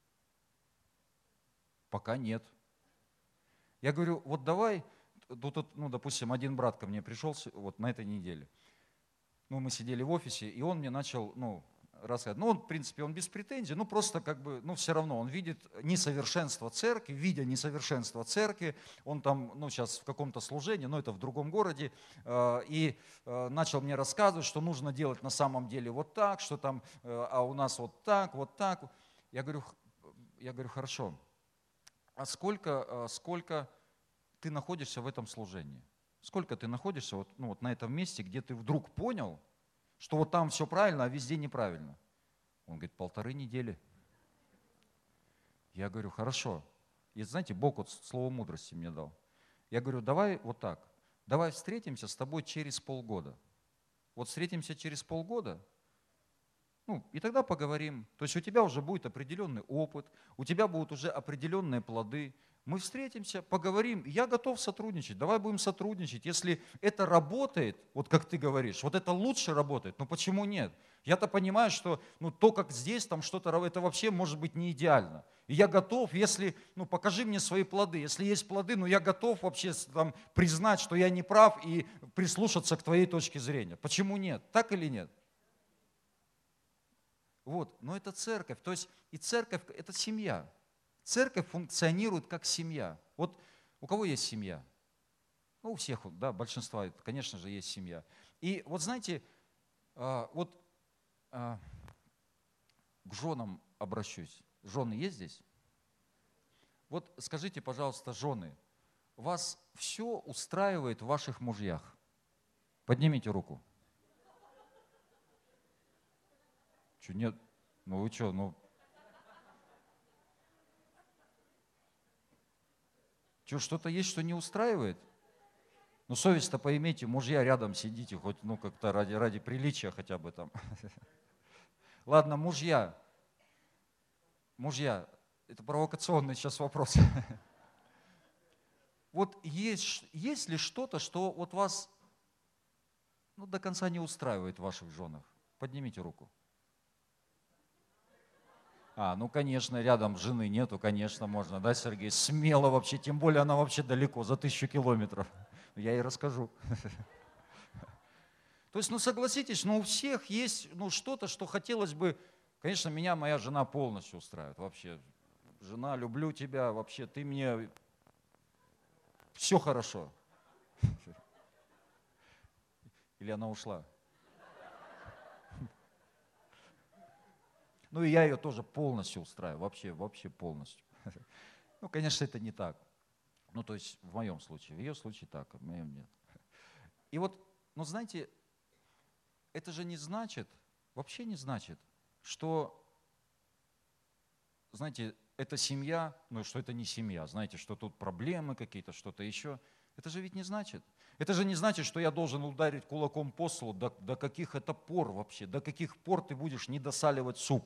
Пока нет. Я говорю, вот давай, тут, ну, допустим, один брат ко мне пришел вот на этой неделе. Ну, мы сидели в офисе, и он мне начал, рассказывать. Ну, он, в принципе, он без претензий, ну, просто как бы, ну, все равно, он видит несовершенство церкви, видя несовершенство церкви, он там, ну, сейчас в каком-то служении, но это в другом городе, и начал мне рассказывать, что нужно делать на самом деле вот так, что там, а у нас вот так, вот так. Я говорю, хорошо, а сколько ты находишься в этом служении? Сколько ты находишься вот, ну, вот на этом месте, где ты вдруг понял, что вот там все правильно, а везде неправильно? Он говорит, 1,5 недели. Я говорю, хорошо. И знаете, Бог вот слово мудрости мне дал. Я говорю, давай вот так, давай встретимся с тобой через полгода. Вот встретимся через полгода, ну, и тогда поговорим. То есть у тебя уже будет определенный опыт, у тебя будут уже определенные плоды. Мы встретимся, поговорим. Я готов сотрудничать. Давай будем сотрудничать. Если это работает, вот как ты говоришь, вот это лучше работает, ну почему нет? Я-то понимаю, что ну, то, как здесь там что-то, это вообще может быть не идеально. И я готов, если, ну покажи мне свои плоды. Если есть плоды, ну я готов вообще там признать, что я не прав и прислушаться к твоей точке зрения. Почему нет? Так или нет? Вот, но это церковь, то есть и церковь – это семья. Церковь функционирует как семья. Вот у кого есть семья? Ну, у всех, да, большинства, конечно же, есть семья. И вот знаете, вот к женам обращусь. Жены есть здесь? Вот скажите, пожалуйста, жены, вас все устраивает в ваших мужьях? Поднимите руку. Что, нет? Ну вы что, ну... Что-то есть, что не устраивает? Ну, совесть-то поимейте, мужья рядом сидите, хоть, ну, как-то ради приличия хотя бы там. Ладно, мужья, это провокационный сейчас вопрос. Вот есть ли что-то, что вот вас ну, до конца не устраивает в ваших женах? Поднимите руку. Ну, конечно, рядом жены нету, конечно, можно, да, Сергей? Смело вообще, тем более она вообще далеко, за 1000 километров. Я ей расскажу. То есть, ну согласитесь, ну у всех есть ну, что-то, что хотелось бы, конечно, меня моя жена полностью устраивает. Вообще, жена, люблю тебя, вообще, ты мне, все хорошо. Или она ушла? Ну и я ее тоже полностью устраиваю, вообще полностью. Ну, конечно, это не так. Ну, то есть в моем случае, в ее случае так, в моем нет. И вот, ну знаете, это же не значит, вообще не значит, что, знаете, это семья, ну что это не семья, знаете, что тут проблемы какие-то, что-то еще. Это же ведь не значит. Это же не значит, что я должен ударить кулаком по столу, до каких это пор вообще, до каких пор ты будешь недосаливать суп.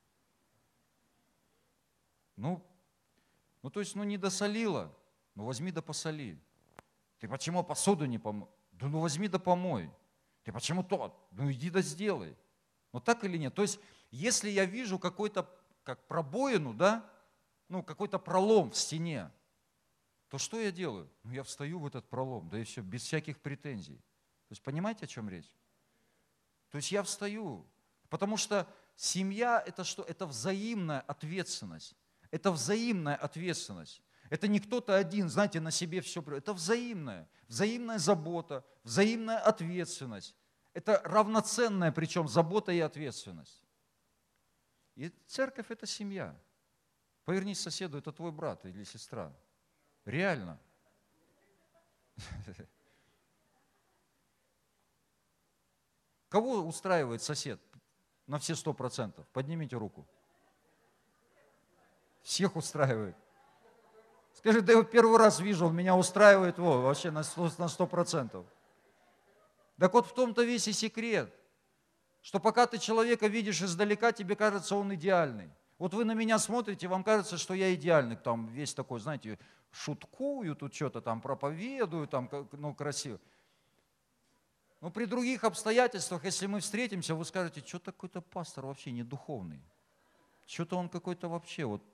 Ну то есть, ну не досолила, ну возьми да посоли. Ты почему посуду не помой? Да ну возьми да помой. Ты почему то? Ну иди да сделай. Ну так или нет? То есть, если я вижу какой-то, как пробоину, да, ну какой-то пролом в стене, то что я делаю? Ну я встаю в этот пролом, да и все, без всяких претензий. То есть понимаете, о чем речь? То есть я встаю, потому что семья – это что? Это взаимная ответственность. Это взаимная ответственность. Это не кто-то один, знаете, на себе все. Это взаимная забота, взаимная ответственность. Это равноценная, причем, забота и ответственность. И церковь – это семья. Повернись к соседу, это твой брат или сестра. Реально. Кого устраивает сосед на все 100%? Поднимите руку. Всех устраивает. Скажи, да я его первый раз вижу, он меня устраивает вообще на 100%. Так вот в том-то весь и секрет, что пока ты человека видишь издалека, тебе кажется, он идеальный. Вот вы на меня смотрите, вам кажется, что я идеальный, там весь такой, знаете, шуткую, тут что-то там проповедую, там, ну, красиво. Но при других обстоятельствах, если мы встретимся, вы скажете, что такой-то пастор вообще не духовный. Что-то он какой-то вообще вот.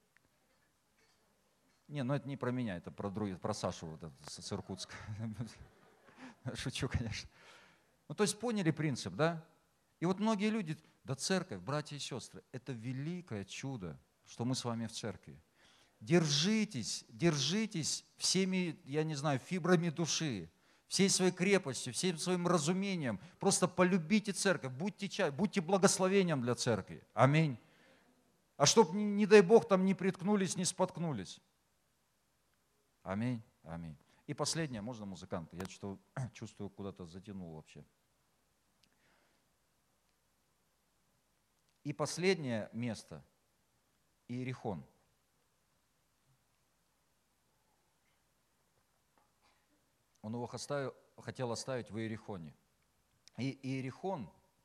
Не, ну это не про меня, это про других, про Сашу вот с Иркутска. Шучу, конечно. Ну то есть поняли принцип, да? И вот многие люди, да церковь, братья и сестры, это великое чудо, что мы с вами в церкви. Держитесь всеми, я не знаю, фибрами души, всей своей крепостью, всем своим разумением. Просто полюбите церковь, будьте благословением для церкви. Аминь. А чтоб, не дай Бог, там не приткнулись, не споткнулись. Аминь, аминь. И последнее, можно музыканты? Я чувствую, куда-то затянул вообще. И последнее место – Иерихон. он его хотел оставить в Иерихоне. И Иерихон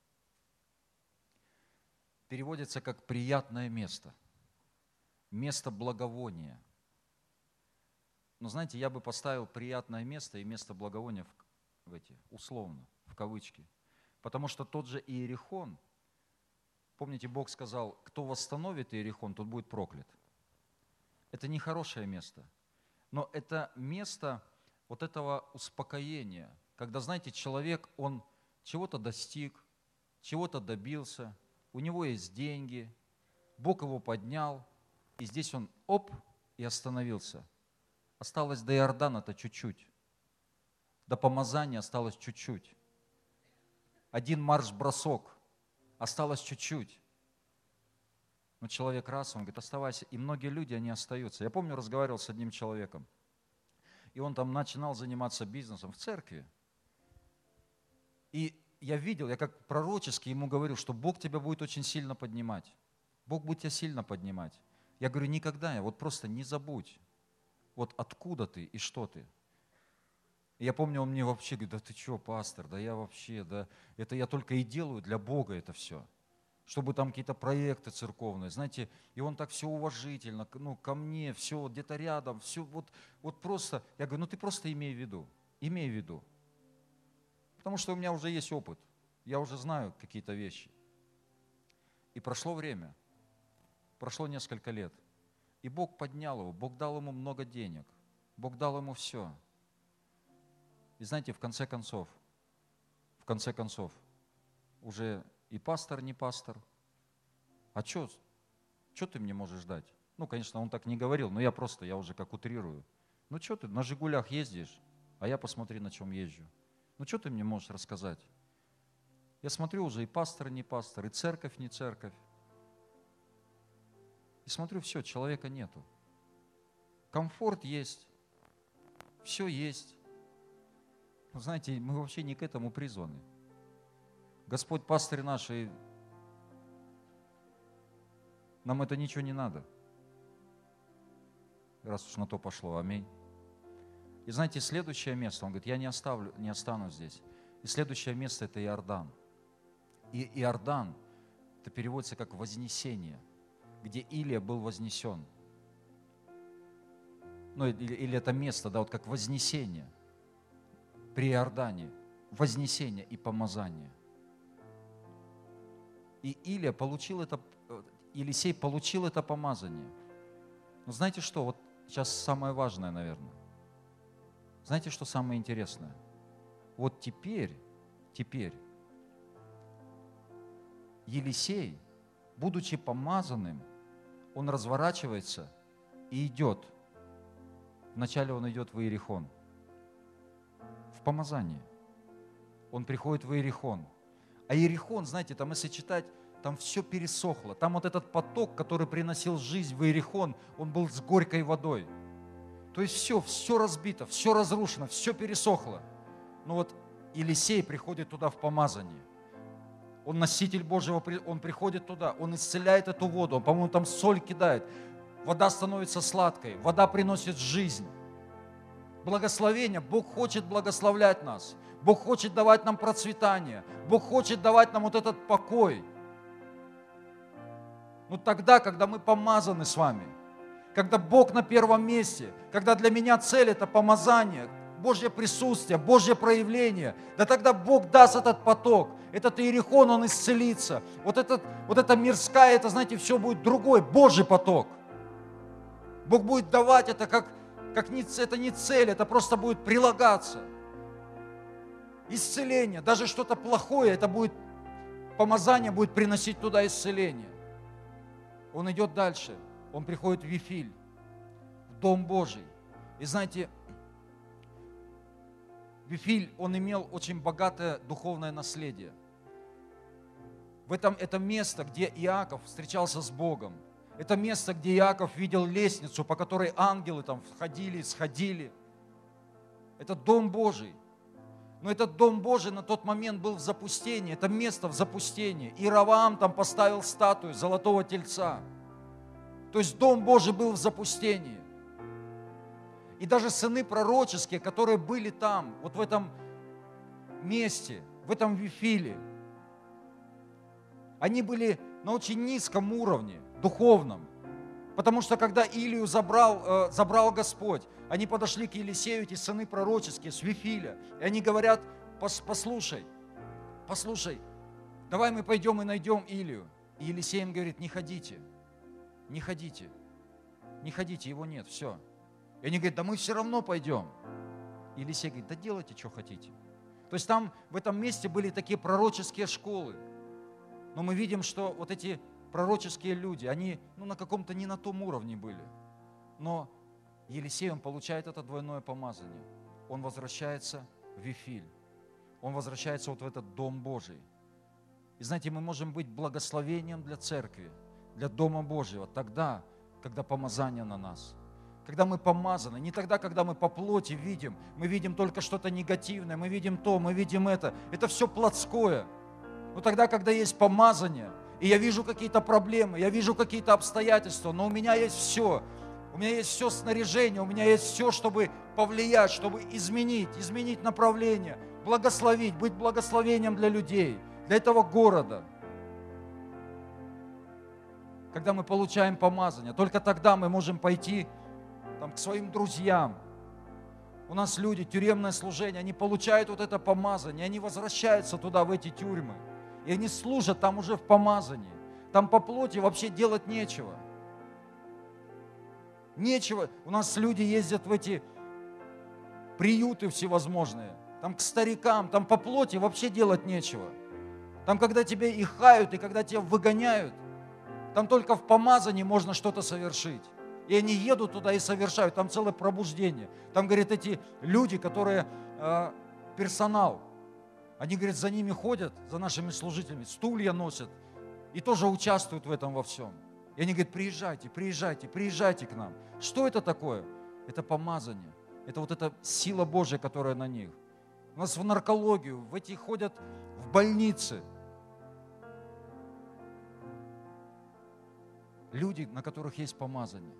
переводится как приятное место, место благовония. Но знаете, я бы поставил приятное место и место благовония условно, в кавычки. Потому что тот же Иерихон, помните, Бог сказал, кто восстановит Иерихон, тот будет проклят. Это не хорошее место, но это место вот этого успокоения, когда, знаете, человек, он чего-то достиг, чего-то добился, у него есть деньги, Бог его поднял, и здесь он и остановился. Осталось до Иордана-то чуть-чуть, до помазания осталось чуть-чуть. Один марш-бросок, осталось чуть-чуть. Но человек раз, он говорит, оставайся. И многие люди, они остаются. Я помню, разговаривал с одним человеком, и он там начинал заниматься бизнесом в церкви. И я видел, я как пророчески ему говорил, что Бог тебя будет очень сильно поднимать. Бог будет тебя сильно поднимать. Я говорю, никогда, вот просто не забудь, вот откуда ты и что ты. И я помню, он мне вообще говорит, да ты что, пастор, да я вообще, да это я только и делаю для Бога это все. Чтобы там какие-то проекты церковные, знаете, и он так все уважительно, ко мне, все где-то рядом, все вот просто, я говорю, ты просто имей в виду. Потому что у меня уже есть опыт, я уже знаю какие-то вещи. И прошло время, прошло несколько лет, и Бог поднял его, Бог дал ему много денег, Бог дал ему все. И знаете, в конце концов, уже и пастор, не пастор. А что ты мне можешь дать? Конечно, он так не говорил, но я уже как утрирую. Что ты на «Жигулях» ездишь, а я посмотри, на чем езжу. Что ты мне можешь рассказать? Я смотрю уже и пастор, не пастор, и церковь, не церковь. И смотрю, все, человека нету. Комфорт есть, все есть. Знаете, мы вообще не к этому призваны. Господь пастырь наш, и нам это ничего не надо. Раз уж на то пошло, аминь. И знаете, следующее место, он говорит, я не останусь здесь. И следующее место – это Иордан. И Иордан, это переводится как вознесение, где Илия был вознесен. Или это место, да, вот как вознесение. При Иордане вознесение и помазание. И Елисей получил это помазание. Но знаете что, вот сейчас самое важное, наверное. Знаете, что самое интересное? Вот теперь Елисей, будучи помазанным, он разворачивается и идет. Вначале он идет в Иерихон. В помазании. Он приходит в Иерихон. А Иерихон, знаете, там если читать, там все пересохло. Там вот этот поток, который приносил жизнь в Иерихон, он был с горькой водой. То есть все разбито, все разрушено, все пересохло. Но вот Елисей приходит туда в помазание. Он носитель Божьего, он приходит туда, он исцеляет эту воду, он, по-моему, там соль кидает. Вода становится сладкой, вода приносит жизнь. Благословение, Бог хочет благословлять нас. Бог хочет давать нам процветание. Бог хочет давать нам вот этот покой. Но тогда, когда мы помазаны с вами, когда Бог на первом месте, когда для меня цель – это помазание, Божье присутствие, Божье проявление, да тогда Бог даст этот поток, этот Иерихон, он исцелится. Вот это мирская, это, знаете, все будет другой, Божий поток. Бог будет давать это это не цель, это просто будет прилагаться. Исцеление, даже что-то плохое, это будет, помазание будет приносить туда исцеление. Он идет дальше, он приходит в Вифиль, в Дом Божий. И знаете, Вифиль, он имел очень богатое духовное наследие. Это место, где Иаков встречался с Богом. Это место, где Иаков видел лестницу, по которой ангелы там входили, сходили. Это Дом Божий. Но этот Дом Божий на тот момент был в запустении. Это место в запустении. И Ровоам там поставил статую золотого тельца. То есть Дом Божий был в запустении. И даже сыны пророческие, которые были там, вот в этом месте, в этом Вифиле, они были на очень низком уровне, духовном. Потому что когда Илию забрал Господь, они подошли к Елисею, эти сыны пророческие, с Вифиля, и они говорят: послушай, давай мы пойдем и найдем Илию. И Елисей им говорит: не ходите, его нет, все. И они говорят: да мы все равно пойдем. И Елисей говорит: да делайте, что хотите. То есть там в этом месте были такие пророческие школы. Но мы видим, что вот эти пророческие люди, они на каком-то не на том уровне были. Но Елисей, он получает это двойное помазание. Он возвращается в Вифиль. Он возвращается вот в этот Дом Божий. И знаете, мы можем быть благословением для церкви, для Дома Божьего, тогда, когда помазание на нас. Когда мы помазаны, не тогда, когда мы по плоти видим, мы видим только что-то негативное, мы видим то, мы видим это. Это все плотское. Но тогда, когда есть помазание, и я вижу какие-то проблемы, я вижу какие-то обстоятельства, но у меня есть все. У меня есть все снаряжение, у меня есть все, чтобы повлиять, чтобы изменить направление, благословить, быть благословением для людей, для этого города. Когда мы получаем помазание, только тогда мы можем пойти к своим друзьям. У нас люди, тюремное служение, они получают вот это помазание, они возвращаются туда, в эти тюрьмы. И они служат там уже в помазании. Там по плоти вообще делать нечего. Нечего. У нас люди ездят в эти приюты всевозможные. Там к старикам, там по плоти вообще делать нечего. Там, когда тебя и хают, и когда тебя выгоняют, там только в помазании можно что-то совершить. И они едут туда и совершают. Там целое пробуждение. Там, говорят, эти люди, которые персонал, они, говорят, за ними ходят, за нашими служителями, стулья носят и тоже участвуют в этом во всем. И они говорят: приезжайте к нам. Что это такое? Это помазание. Это вот эта сила Божья, которая на них. У нас в наркологию, в эти ходят в больницы. Люди, на которых есть помазание.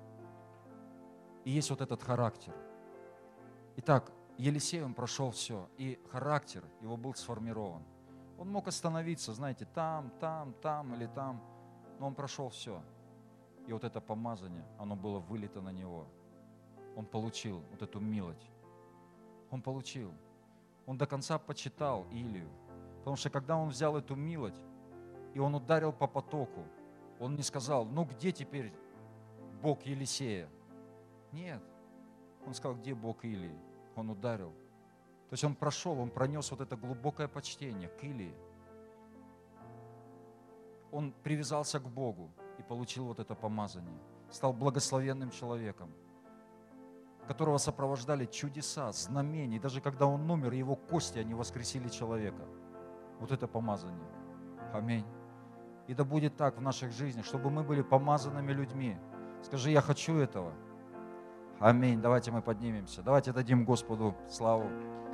И есть вот этот характер. Итак, Елисей, он прошел все, и характер его был сформирован. Он мог остановиться, знаете, там или там, но он прошел все. И вот это помазание, оно было вылито на него. Он получил вот эту милость. Он получил. Он до конца почитал Илию. Потому что когда он взял эту милость, и он ударил по потоку, он не сказал: ну где теперь Бог Елисея? Нет. Он сказал: где Бог Илии? Он ударил. То есть он прошел, он пронес вот это глубокое почтение к Илии. Он привязался к Богу и получил вот это помазание. Стал благословенным человеком, которого сопровождали чудеса, знамения. И даже когда он умер, его кости, они воскресили человека. Вот это помазание. Аминь. И да будет так в наших жизнях, чтобы мы были помазанными людьми. Скажи: я хочу этого. Аминь. Давайте мы поднимемся. Давайте дадим Господу славу.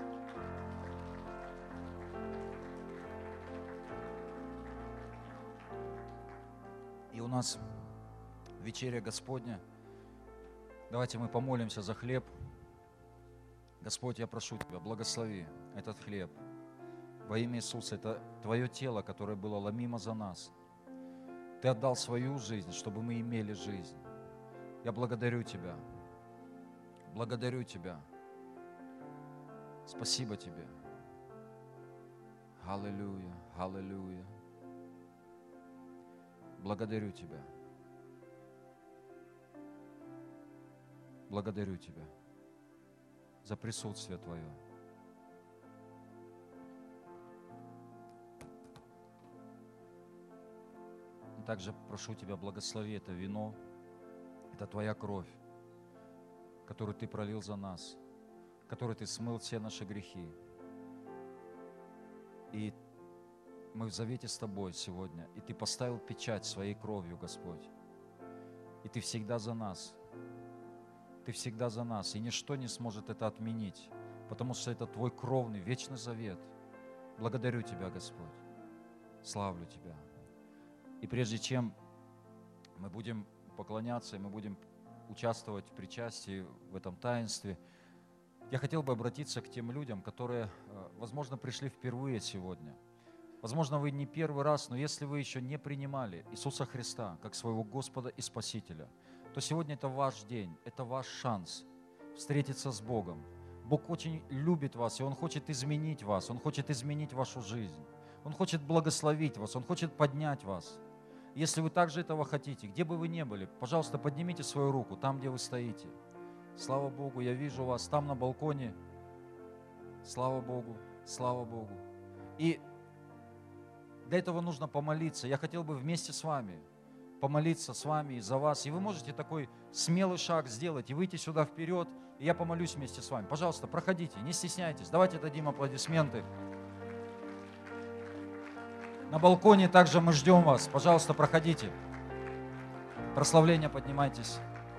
И у нас вечеря Господня. Давайте мы помолимся за хлеб. Господь, я прошу Тебя, благослови этот хлеб. Во имя Иисуса, это Твое тело, которое было ломимо за нас. Ты отдал свою жизнь, чтобы мы имели жизнь. Я благодарю Тебя. Благодарю Тебя. Спасибо Тебе. Аллилуйя, аллилуйя. Благодарю Тебя. Благодарю Тебя за присутствие Твое. И также прошу Тебя, благослови это вино, это Твоя кровь, которую Ты пролил за нас, которой Ты смыл все наши грехи. И мы в завете с Тобой сегодня, и Ты поставил печать своей кровью, Господь. И Ты всегда за нас. Ты всегда за нас, и ничто не сможет это отменить, потому что это Твой кровный, вечный завет. Благодарю Тебя, Господь. Славлю Тебя. И прежде чем мы будем поклоняться, и мы будем участвовать в причастии, в этом таинстве, я хотел бы обратиться к тем людям, которые, возможно, пришли впервые сегодня. Возможно, вы не первый раз, но если вы еще не принимали Иисуса Христа как своего Господа и Спасителя, то сегодня это ваш день, это ваш шанс встретиться с Богом. Бог очень любит вас, и Он хочет изменить вас, Он хочет изменить вашу жизнь. Он хочет благословить вас, Он хочет поднять вас. Если вы также этого хотите, где бы вы ни были, пожалуйста, поднимите свою руку там, где вы стоите. Слава Богу, я вижу вас там на балконе. Слава Богу, слава Богу. И для этого нужно помолиться. Я хотел бы вместе с вами помолиться с вами и за вас. И вы можете такой смелый шаг сделать и выйти сюда вперед, и я помолюсь вместе с вами. Пожалуйста, проходите, не стесняйтесь. Давайте дадим аплодисменты. На балконе также мы ждем вас. Пожалуйста, проходите. Прославление, поднимайтесь.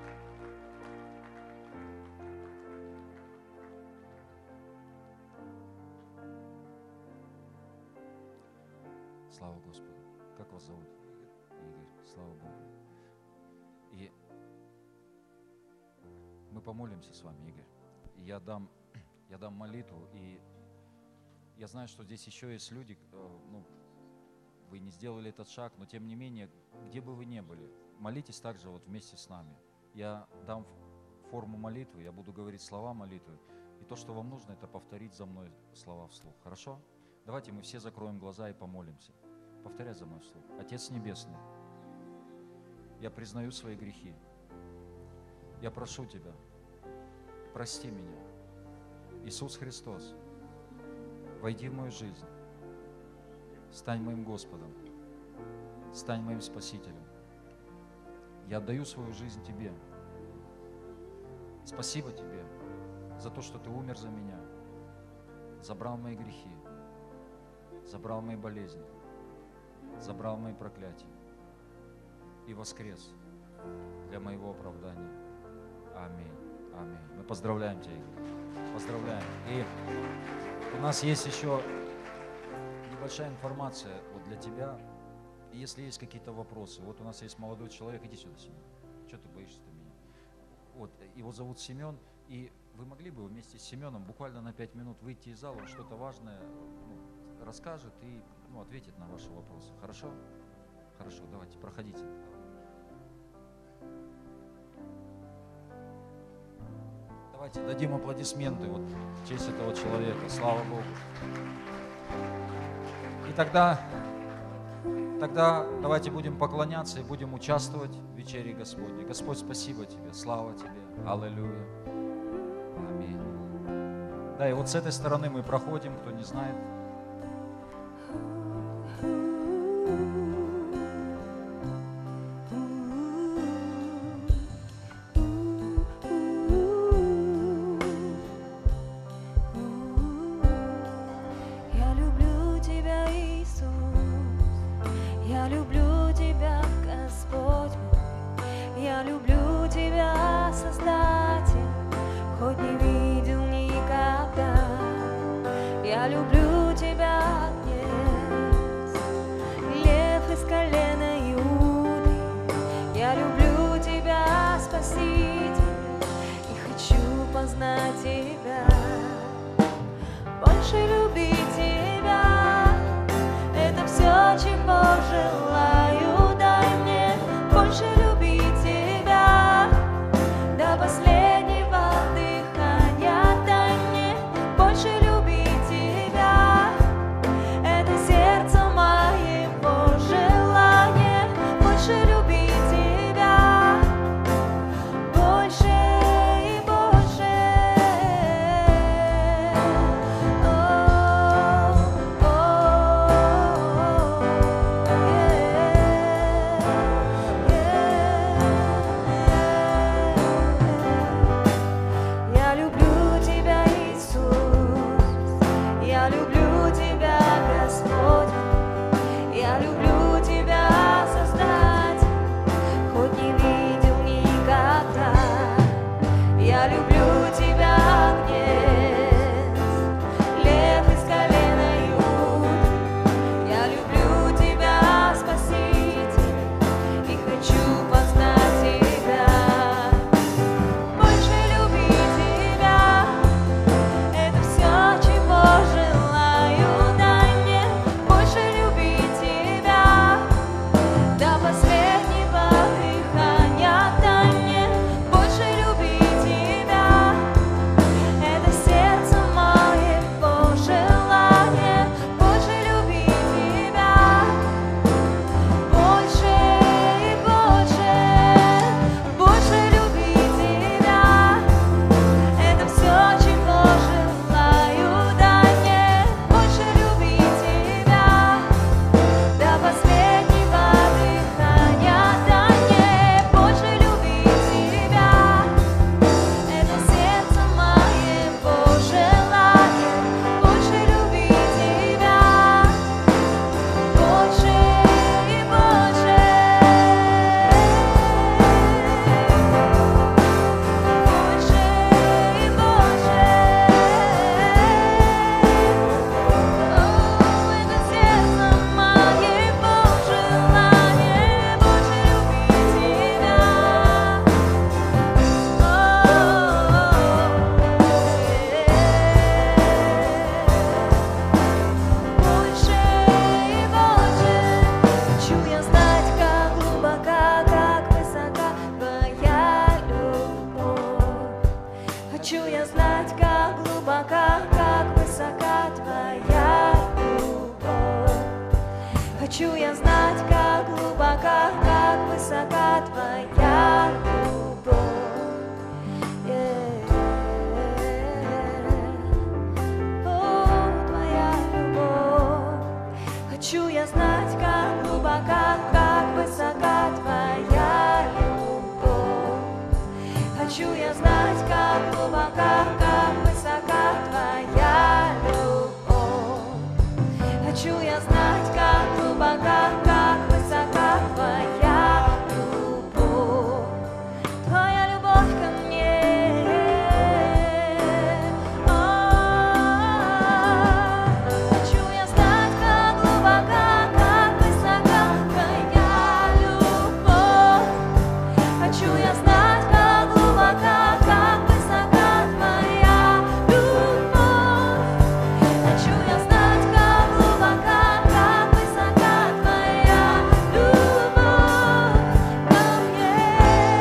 Слава Господу. Как вас зовут? Игорь. Слава Богу. И мы помолимся с вами, Игорь. И я дам молитву. И я знаю, что здесь еще есть люди, вы не сделали этот шаг, но тем не менее, где бы вы ни были, молитесь также вот вместе с нами. Я дам форму молитвы, я буду говорить слова молитвы. И то, что вам нужно, это повторить за мной слова вслух. Хорошо? Давайте мы все закроем глаза и помолимся. Повторяй за мной вслух. Отец Небесный, я признаю свои грехи. Я прошу Тебя, прости меня. Иисус Христос, войди в мою жизнь. Стань моим Господом. Стань моим Спасителем. Я отдаю свою жизнь Тебе. Спасибо Тебе за то, что Ты умер за меня. Забрал мои грехи. Забрал мои болезни. Забрал мои проклятия. И воскрес для моего оправдания. Аминь. Аминь. Мы поздравляем Тебя, Игорь. Поздравляем. И у нас есть еще небольшая информация вот для тебя. И если есть какие-то вопросы, вот у нас есть молодой человек, иди сюда, Семен. Что ты боишься-то меня? Вот, его зовут Семен, и вы могли бы вместе с Семеном буквально на 5 минут выйти из зала, он что-то важное расскажет и ответит на ваши вопросы. Хорошо? Хорошо, давайте, проходите. Давайте дадим аплодисменты вот в честь этого человека. Слава Богу. И тогда давайте будем поклоняться и будем участвовать в вечере Господней. Господь, спасибо Тебе, слава Тебе, аллилуйя, аминь. Да, и вот с этой стороны мы проходим, кто не знает. как высока Твоя любовь. О, Твоя любовь. Хочу я знать, как глубока, как высока Твоя любовь. Хочу я знать, как глубока, как высока Твоя любовь. Хочу я знать, как глубока, как высока Твоя любовь. Твоя любовь ко мне. Хочу я знать, как глубока, как высока Твоя любовь. Хочу я знать, как глубока, как высока Твоя любовь. Хочу я знать, как глубока, как высока Твоя любовь ко мне.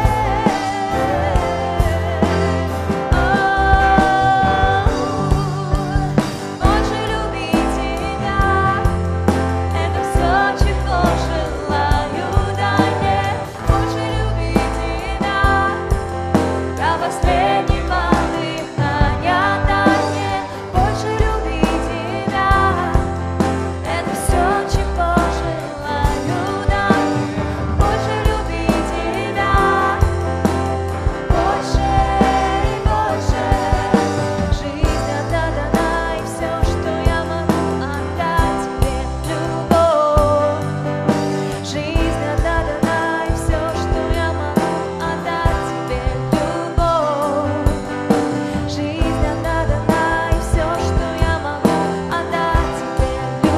Больше любить Тебя, это все, чего желаю, да нет. Больше любить Тебя, до последнего дыхания, да нет. Больше любить Тебя, это все, чего желаю, да нет. Больше любить Тебя, больше и больше. Жизнь отдана, и все, что я могу отдать Тебе, любовь. Жизнь отдана, и все, что я могу отдать Тебе, любовь. Жизнь отдана, и все, что я могу отдать Тебе,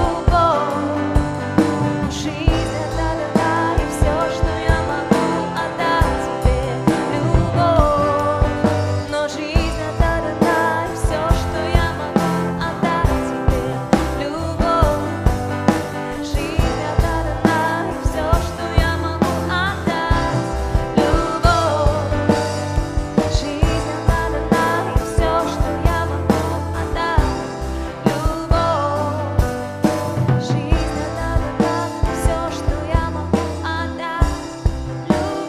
любовь. Жизнь отдана, и все, что я могу отдать Тебе, любовь. Но жизнь отдана, и все, что я могу отдать Тебе, любовь. Жизнь отдана, и все, что я могу отдать, любовь. Жизнь отдана, и все, что я могу отдать, любовь. Жизнь отдана, и все, что я могу отдать,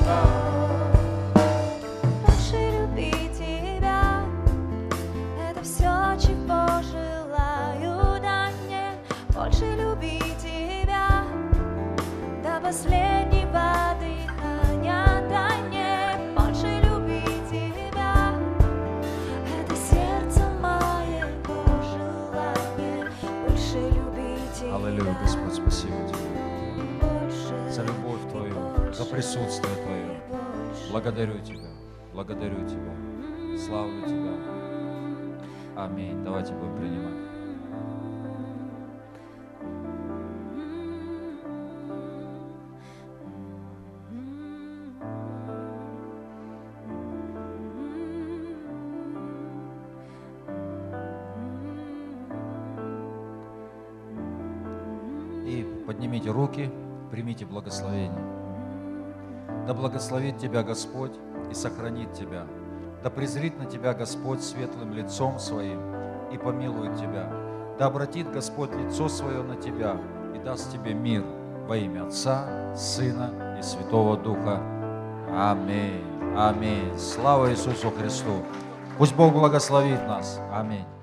любовь. Больше любить Тебя, это все, чего желаю, да нет. Больше любить Тебя, до последнего дыхания, да нет. Больше любить Тебя, это сердце моего желания. Больше любить Тебя. Аллилуйя, Господь, спасибо Тебе Больше за любовь и Твою, больше, за присутствие Твое. и больше. Благодарю Тебя, благодарю Тебя, славлю Тебя. Аминь. Давайте будем принимать. И поднимите руки, примите благословение. Да благословит тебя Господь и сохранит тебя. Да презрит на тебя Господь светлым лицом своим и помилует тебя. Да обратит Господь лицо свое на тебя и даст тебе мир во имя Отца, Сына и Святого Духа. Аминь. Аминь. Слава Иисусу Христу. Пусть Бог благословит нас. Аминь.